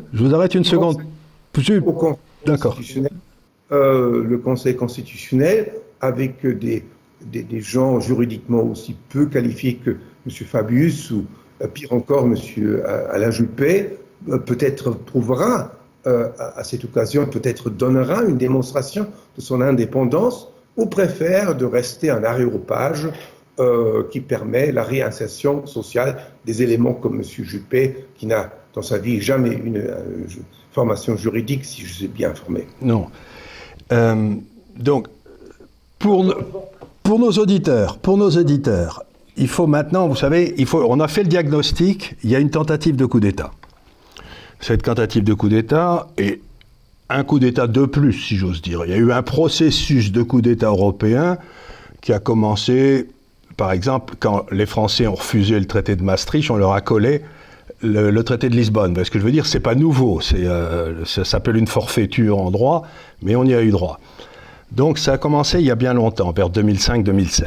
D'accord. Le Conseil constitutionnel, avec des gens juridiquement aussi peu qualifiés que M. Fabius ou pire encore M. Alain Juppé, peut-être prouvera à cette occasion, peut-être donnera une démonstration de son indépendance, ou préfère de rester un aréopage qui permet la réinsertion sociale des éléments comme M. Juppé, qui n'a dans sa vie jamais une formation juridique, si je suis bien informé. Non. Donc, pour nos auditeurs, il faut maintenant, vous savez, on a fait le diagnostic, il y a une tentative de coup d'État. Cette tentative de coup d'État est un coup d'État de plus, si j'ose dire. Il y a eu un processus de coup d'État européen qui a commencé, par exemple, quand les Français ont refusé le traité de Maastricht, on leur a collé le traité de Lisbonne. Ce que je veux dire, c'est pas nouveau, ça s'appelle une forfaiture en droit, mais on y a eu droit. Donc ça a commencé il y a bien longtemps, vers 2005-2007.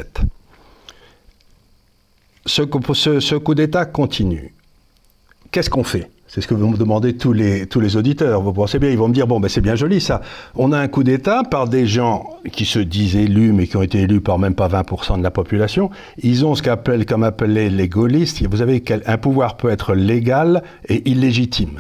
Ce coup d'État continue. Qu'est-ce qu'on fait ? C'est ce que vont me demander tous les auditeurs. Vous pensez bien, ils vont me dire, bon, ben c'est bien joli ça. On a un coup d'État par des gens qui se disent élus, mais qui ont été élus par même pas 20% de la population. Ils ont ce comme appelé les gaullistes. Vous savez qu'un pouvoir peut être légal et illégitime.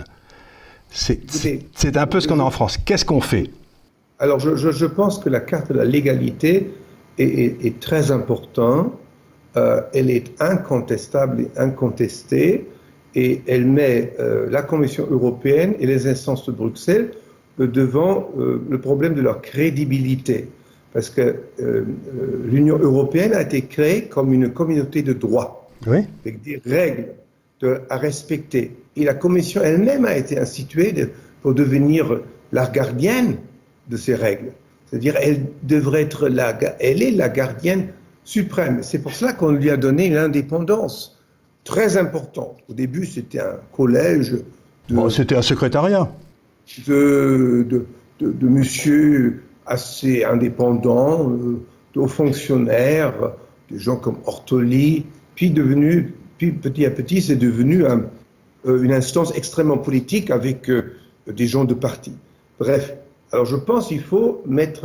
C'est un peu ce qu'on a en France. Qu'est-ce qu'on fait ? Alors, je pense que la carte de la légalité est très importante. Elle est incontestable et incontestée. Et elle met la Commission européenne et les instances de Bruxelles devant le problème de leur crédibilité. Parce que l'Union européenne a été créée comme une communauté de droit, oui, avec des règles à respecter. Et la Commission elle-même a été instituée pour devenir la gardienne de ces règles. C'est-à-dire, elle devrait être elle est la gardienne suprême. C'est pour cela qu'on lui a donné une indépendance très importante. Au début, c'était un collège c'était un secrétariat de monsieur assez indépendants, de hauts fonctionnaires, des gens comme Ortoli, puis petit à petit, c'est devenu une instance extrêmement politique avec des gens de parti. Bref, alors je pense qu'il faut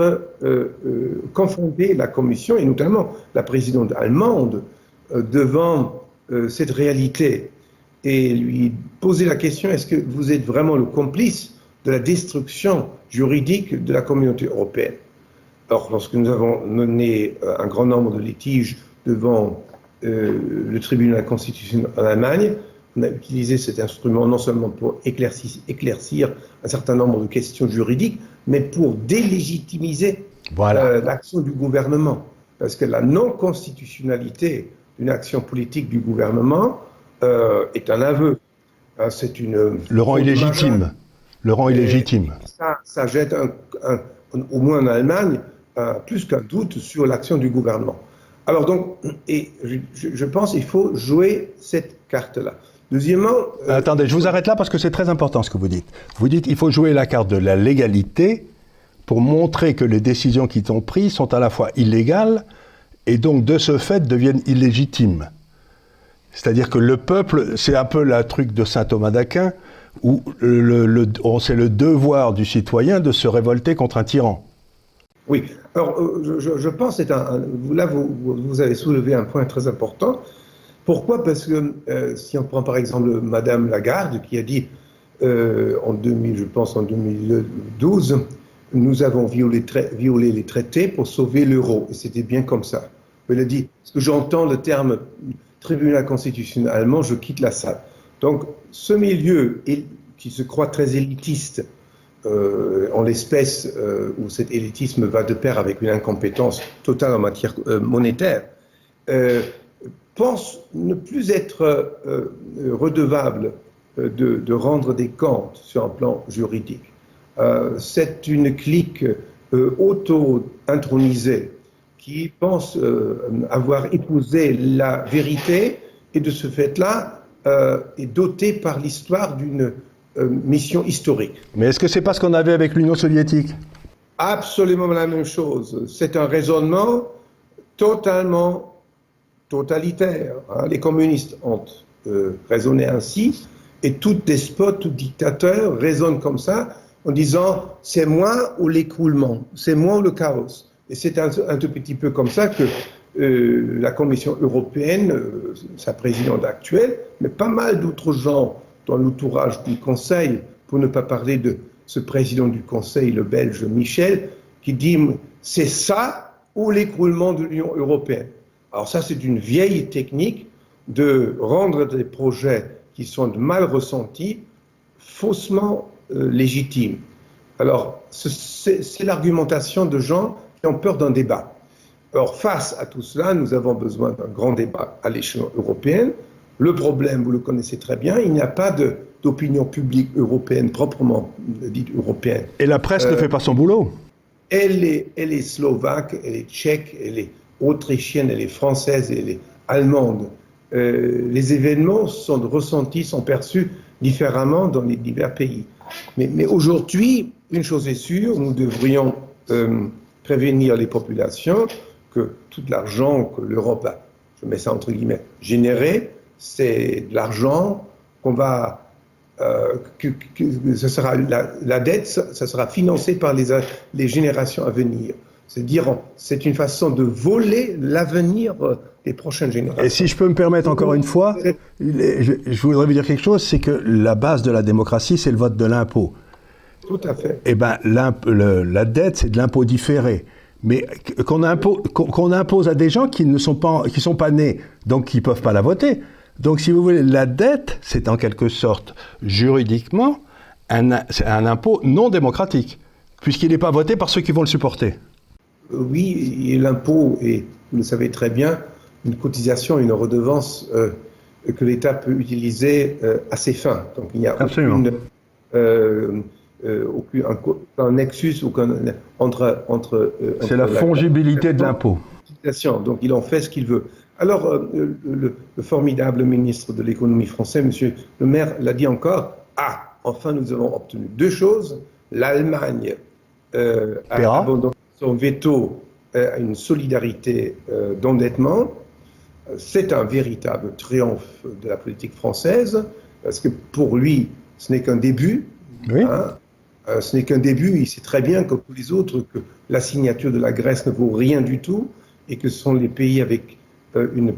confronter la Commission, et notamment la présidente allemande, devant cette réalité et lui poser la question, est-ce que vous êtes vraiment le complice de la destruction juridique de la communauté européenne? Alors, lorsque nous avons mené un grand nombre de litiges devant le tribunal constitutionnel en Allemagne, on a utilisé cet instrument non seulement pour éclaircir un certain nombre de questions juridiques, mais pour délégitimiser l'action du gouvernement. Parce que la non-constitutionnalité d'une action politique du gouvernement est un aveu. C'est une... Le rang illégitime. Le rang illégitime. Ça jette, au moins en Allemagne, plus qu'un doute sur l'action du gouvernement. Alors donc, je pense qu'il faut jouer cette carte-là. Deuxièmement... Attendez, je vous arrête là parce que c'est très important ce que vous dites. Vous dites qu'il faut jouer la carte de la légalité pour montrer que les décisions qui sont prises sont à la fois illégales et donc, de ce fait, deviennent illégitimes. C'est-à-dire que le peuple, c'est un peu le truc de saint Thomas d'Aquin, où c'est le devoir du citoyen de se révolter contre un tyran. Oui, alors je pense que là, vous avez soulevé un point très important. Pourquoi ? Parce que si on prend par exemple Madame Lagarde, qui a dit en 2012, nous avons violé les traités pour sauver l'euro. Et c'était bien comme ça. Elle a dit, parce que j'entends le terme tribunal constitutionnel allemand, je quitte la salle. Donc, ce milieu qui se croit très élitiste, en l'espèce où cet élitisme va de pair avec une incompétence totale en matière monétaire, pense ne plus être redevable de rendre des comptes sur un plan juridique. C'est une clique auto-intronisée qui pense avoir épousé la vérité et de ce fait-là est doté par l'histoire d'une mission historique. Mais est-ce que c'est pas ce qu'on avait avec l'Union soviétique? Absolument la même chose. C'est un raisonnement totalement totalitaire. Les communistes ont raisonné ainsi, et tout despote, tout dictateur raisonne comme ça, en disant c'est moi ou l'écroulement, c'est moi ou le chaos. Et c'est un tout petit peu comme ça que la Commission européenne, sa présidente actuelle, mais pas mal d'autres gens dans l'entourage du Conseil, pour ne pas parler de ce président du Conseil, le Belge Michel, qui dit c'est ça ou l'écroulement de l'Union européenne. Alors ça, c'est une vieille technique de rendre des projets qui sont mal ressentis faussement légitimes. Alors, c'est l'argumentation de gens qui ont peur d'un débat. Alors, face à tout cela, nous avons besoin d'un grand débat à l'échelon européen. Le problème, vous le connaissez très bien, il n'y a pas d'opinion publique européenne, proprement dite européenne. Et la presse ne fait pas son boulot. Elle est slovaque, elle est tchèque, elle est autrichienne, elle est française, elle est allemande. Les événements sont ressentis, sont perçus différemment dans les divers pays. Mais aujourd'hui, une chose est sûre, nous devrions prévenir les populations que tout l'argent que l'Europe a, je mets ça entre guillemets, généré, c'est de l'argent qu'on va... ce sera la dette, ça sera financé par les générations à venir. C'est-à-dire, c'est une façon de voler l'avenir des prochaines générations. Et si je peux me permettre encore une fois, je voudrais vous dire quelque chose, c'est que la base de la démocratie, c'est le vote de l'impôt. Tout à fait. Eh bien, la dette, c'est de l'impôt différé. Mais qu'on impose à des gens qui ne sont pas nés, donc qui ne peuvent pas la voter. Donc, si vous voulez, la dette, c'est en quelque sorte, juridiquement, c'est un impôt non démocratique, puisqu'il n'est pas voté par ceux qui vont le supporter. Oui, et l'impôt est, vous le savez très bien, une cotisation, une redevance que l'État peut utiliser à ses fins. Donc, il n'y a aucun nexus entre c'est la fongibilité de l'impôt. Donc, il en fait ce qu'il veut. Alors, le formidable ministre de l'économie français, M. Le Maire, l'a dit encore, enfin, nous avons obtenu deux choses. L'Allemagne a abandonné son veto à une solidarité d'endettement. C'est un véritable triomphe de la politique française, parce que pour lui, ce n'est qu'un début. Oui. Ce n'est qu'un début. Il sait très bien, comme tous les autres, que la signature de la Grèce ne vaut rien du tout, et que ce sont les pays avec une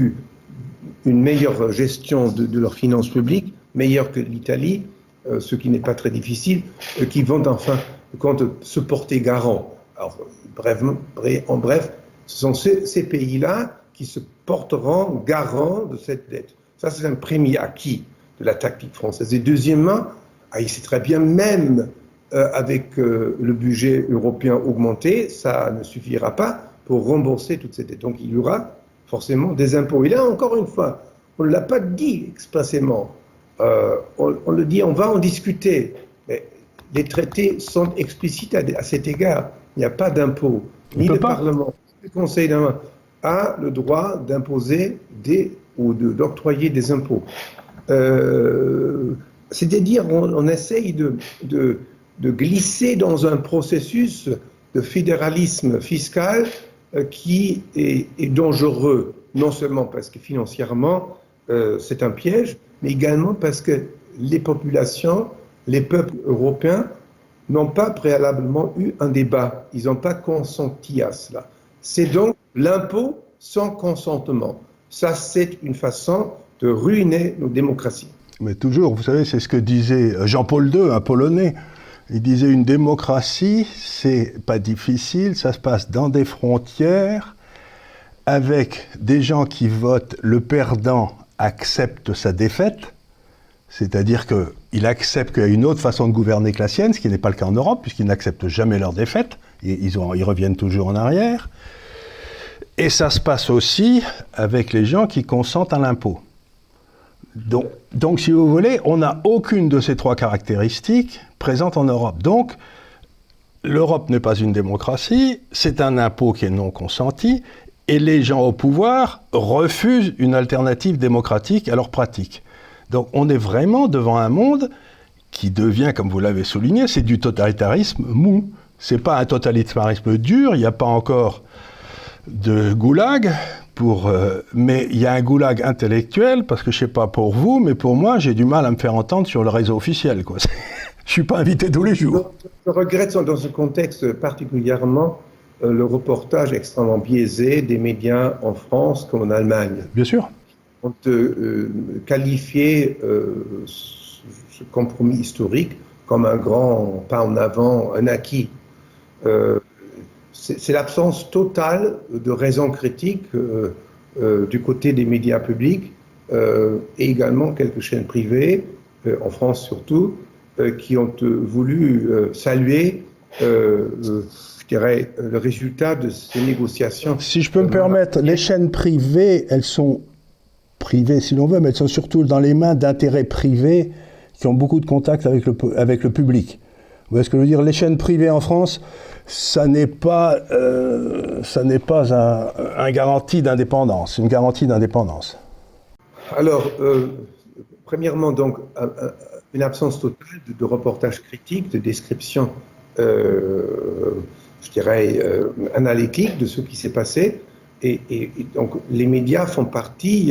meilleure gestion de leurs finances publiques, meilleure que l'Italie, ce qui n'est pas très difficile, qui vont enfin se porter garant. Alors, en bref, ce sont ces pays-là qui se porteront garant de cette dette. Ça, c'est un premier acquis de la tactique française. Et deuxièmement, il sait très bien, même avec le budget européen augmenté, ça ne suffira pas pour rembourser toute cette dette. Donc, il y aura forcément des impôts. Et là, encore une fois, on ne l'a pas dit expressément. On le dit, on va en discuter. Mais les traités sont explicites à cet égard. Il n'y a pas d'impôt. Ni le Parlement, ni le Conseil a le droit d'imposer ou d'octroyer des impôts. C'est-à-dire, on essaye de glisser dans un processus de fédéralisme fiscal qui est dangereux, non seulement parce que financièrement, c'est un piège, mais également parce que les populations, les peuples européens n'ont pas préalablement eu un débat. Ils n'ont pas consenti à cela. C'est donc l'impôt sans consentement. Ça, c'est une façon de ruiner nos démocraties. Mais toujours, vous savez, c'est ce que disait Jean-Paul II, un Polonais. Il disait une démocratie, c'est pas difficile, ça se passe dans des frontières, avec des gens qui votent, le perdant accepte sa défaite, c'est-à-dire qu'il accepte qu'il y a une autre façon de gouverner que la sienne, ce qui n'est pas le cas en Europe, puisqu'ils n'acceptent jamais leur défaite, ils reviennent toujours en arrière. Et ça se passe aussi avec les gens qui consentent à l'impôt. Donc, si vous voulez, on n'a aucune de ces trois caractéristiques présentes en Europe. Donc, l'Europe n'est pas une démocratie, c'est un impôt qui est non consenti, et les gens au pouvoir refusent une alternative démocratique à leur pratique. Donc on est vraiment devant un monde qui devient, comme vous l'avez souligné, c'est du totalitarisme mou. C'est pas un totalitarisme dur, il n'y a pas encore de goulag, mais il y a un goulag intellectuel, parce que je sais pas pour vous, mais pour moi, j'ai du mal à me faire entendre sur le réseau officiel, quoi. Je suis pas invité tous les jours. Je regrette dans ce contexte particulièrement le reportage extrêmement biaisé des médias en France comme en Allemagne. Bien sûr. On qualifiait ce compromis historique comme un grand pas en avant, un acquis. C'est l'absence totale de raison critique du côté des médias publics et également quelques chaînes privées, en France surtout, qui ont voulu saluer, je dirais, le résultat de ces négociations. Si je peux me permettre, les chaînes privées, elles sont privées si l'on veut, mais elles sont surtout dans les mains d'intérêts privés qui ont beaucoup de contacts avec le public. Vous voyez ce que je veux dire? Les chaînes privées en France, ça n'est pas un garantie d'indépendance, une garantie d'indépendance. Alors, premièrement, donc, une absence totale de reportage critique, de description, je dirais, analytique de ce qui s'est passé. Et donc, les médias font partie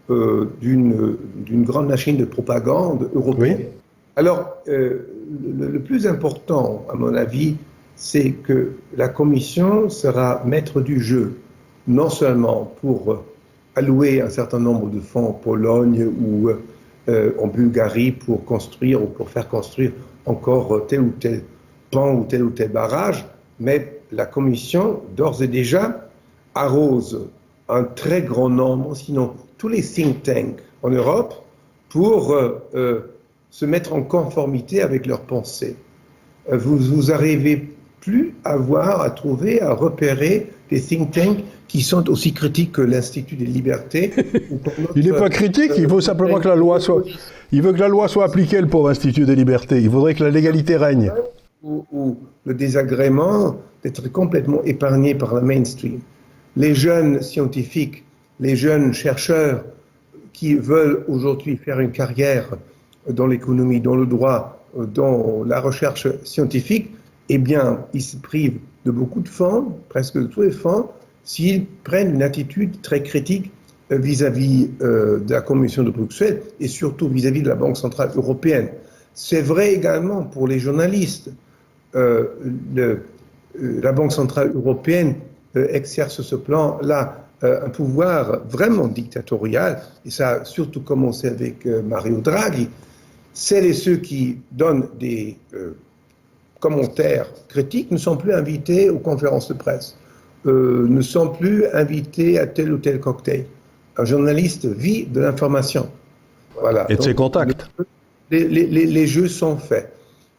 d'une grande machine de propagande européenne. Oui. Alors, le plus important, à mon avis, c'est que la Commission sera maître du jeu, non seulement pour allouer un certain nombre de fonds en Pologne ou en Bulgarie pour construire ou pour faire construire encore tel ou tel pont ou tel barrage, mais la Commission, d'ores et déjà, arrose un très grand nombre, sinon tous les think tanks en Europe, pour se mettre en conformité avec leurs pensées. Vous arrivez plus à trouver, à repérer des think tanks qui sont aussi critiques que l'Institut des libertés. Il n'est pas critique, il faut simplement que la loi soit... Il veut que la loi soit appliquée, le pauvre Institut des libertés. Il voudrait que la légalité règne. Ou le désagrément d'être complètement épargné par le mainstream. Les jeunes scientifiques, les jeunes chercheurs qui veulent aujourd'hui faire une carrière dans l'économie, dans le droit, dans la recherche scientifique, eh bien, ils se privent de beaucoup de fonds, presque de tous les fonds, s'ils prennent une attitude très critique vis-à-vis de la Commission de Bruxelles et surtout vis-à-vis de la Banque centrale européenne. C'est vrai également pour les journalistes. La Banque centrale européenne exerce ce plan-là un pouvoir vraiment dictatorial, et ça a surtout commencé avec Mario Draghi. Celles et ceux qui donnent des commentaires critiques ne sont plus invités aux conférences de presse, ne sont plus invités à tel ou tel cocktail. Un journaliste vit de l'information. Voilà. Et de ses contacts. Les jeux sont faits.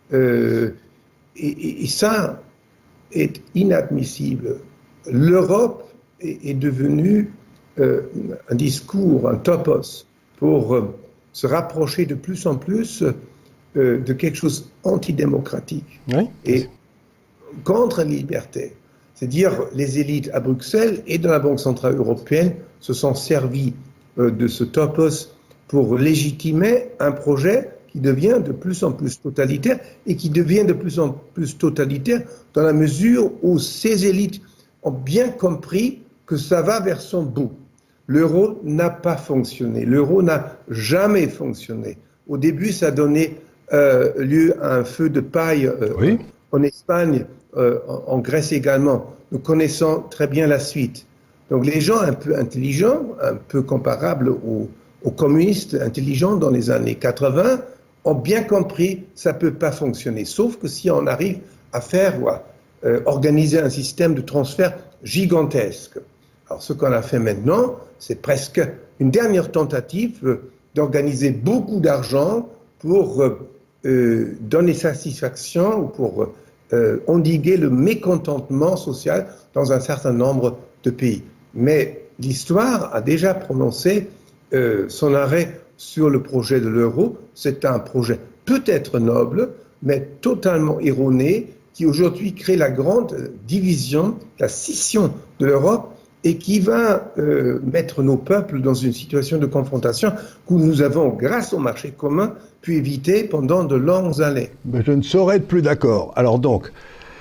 Et ça est inadmissible. L'Europe est devenue un discours, un topos, pour se rapprocher de plus en plus de quelque chose antidémocratique. Oui. Et contre la liberté. C'est-à-dire, les élites à Bruxelles et dans la Banque centrale européenne se sont servis de ce topos pour légitimer un projet qui devient de plus en plus totalitaire et qui devient de plus en plus totalitaire dans la mesure où ces élites ont bien compris que ça va vers son bout. L'euro n'a pas fonctionné. L'euro n'a jamais fonctionné. Au début, ça donnait lieu à un feu de paille oui. En Espagne, en Grèce également. Nous connaissons très bien la suite. Donc les gens un peu intelligents, un peu comparables aux communistes intelligents dans les années 80, ont bien compris que ça ne peut pas fonctionner. Sauf que si on arrive à faire, organiser un système de transfert gigantesque. Alors ce qu'on a fait maintenant, c'est presque une dernière tentative d'organiser beaucoup d'argent pour donner satisfaction ou pour endiguer le mécontentement social dans un certain nombre de pays. Mais l'histoire a déjà prononcé son arrêt sur le projet de l'euro. C'est un projet peut-être noble, mais totalement erroné, qui aujourd'hui crée la grande division, la scission de l'Europe et qui va mettre nos peuples dans une situation de confrontation que nous avons, grâce au marché commun, pu éviter pendant de longues années. Mais je ne saurais être plus d'accord. Alors donc,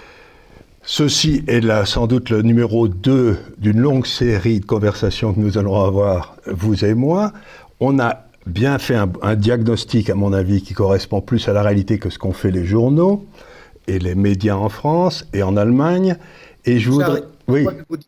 ceci est là, sans doute le numéro 2 d'une longue série de conversations que nous allons avoir, vous et moi. On a bien fait un diagnostic, à mon avis, qui correspond plus à la réalité que ce qu'ont fait les journaux et les médias en France et en Allemagne. Et je voudrais... Oui.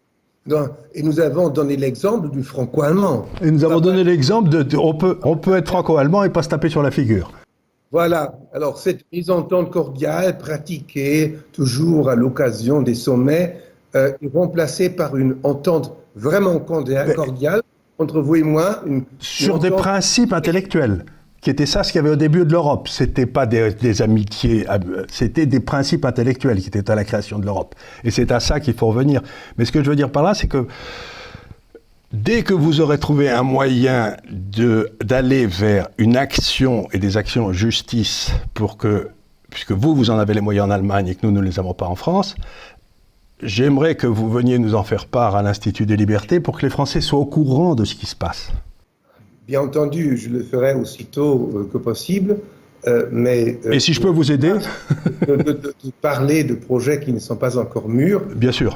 Et nous avons donné l'exemple du franco-allemand. Et nous avons donné l'exemple on peut être franco-allemand et pas se taper sur la figure. Voilà. Alors, cette mise en entente cordiale, pratiquée toujours à l'occasion des sommets, est remplacée par une entente vraiment cordiale entre vous et moi. Sur des principes intellectuels, qui était ça ce qu'il y avait au début de l'Europe. C'était pas des amitiés, c'était des principes intellectuels qui étaient à la création de l'Europe. Et c'est à ça qu'il faut revenir. Mais ce que je veux dire par là, c'est que dès que vous aurez trouvé un moyen d'aller vers une action et des actions en justice puisque vous en avez les moyens en Allemagne et que nous ne les avons pas en France, j'aimerais que vous veniez nous en faire part à l'Institut des Libertés pour que les Français soient au courant de ce qui se passe. Bien entendu, je le ferai aussitôt que possible, mais... et si je peux vous aider de parler de projets qui ne sont pas encore mûrs. Bien sûr.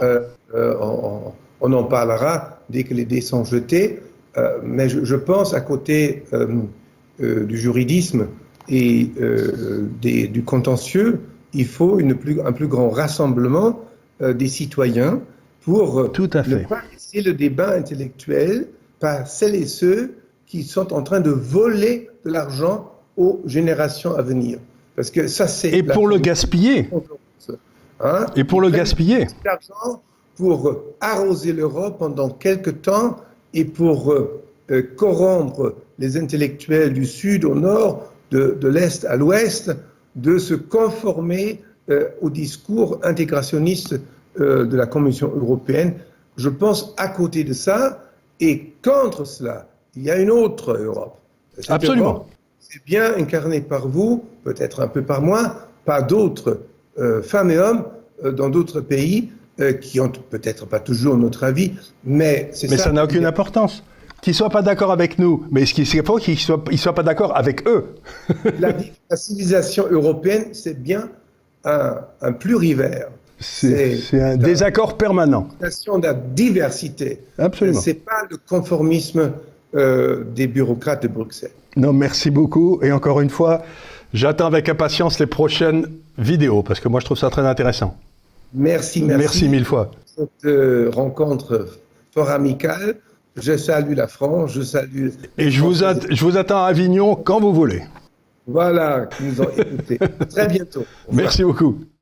On en parlera dès que les dés sont jetés, mais je pense à côté du juridisme et du contentieux, il faut un plus grand rassemblement des citoyens pour Tout à fait. ne pas laisser le débat intellectuel par celles et ceux qui sont en train de voler de l'argent aux générations à venir. Parce que ça, c'est... Et pour le gaspiller. Hein? Et pour le gaspiller. L'argent pour arroser l'Europe pendant quelques temps et pour corrompre les intellectuels du sud au nord, de l'est à l'ouest, de se conformer au discours intégrationniste de la Commission européenne. Je pense à côté de ça, et contre cela, il y a une autre Europe. Cette Absolument. Europe, c'est bien incarné par vous, peut-être un peu par moi, par d'autres femmes et hommes dans d'autres pays qui ont peut-être pas toujours notre avis, mais c'est ça. Mais ça n'a aucune importance. Qu'ils ne soient pas d'accord avec nous, mais ce qu'il faut, qu'ils ne soient pas d'accord avec eux. La civilisation européenne, c'est bien un plurivers. C'est un désaccord permanent. C'est la diversité. Absolument. Ce n'est pas le conformisme des bureaucrates de Bruxelles. Non, merci beaucoup. Et encore une fois, j'attends avec impatience les prochaines vidéos, parce que moi, je trouve ça très intéressant. Merci. Merci mille fois. Cette rencontre fort amicale. Je salue la France, je salue... Et je vous attends à Avignon quand vous voulez. Voilà, qui nous ont écoutés. Très bientôt. Merci beaucoup.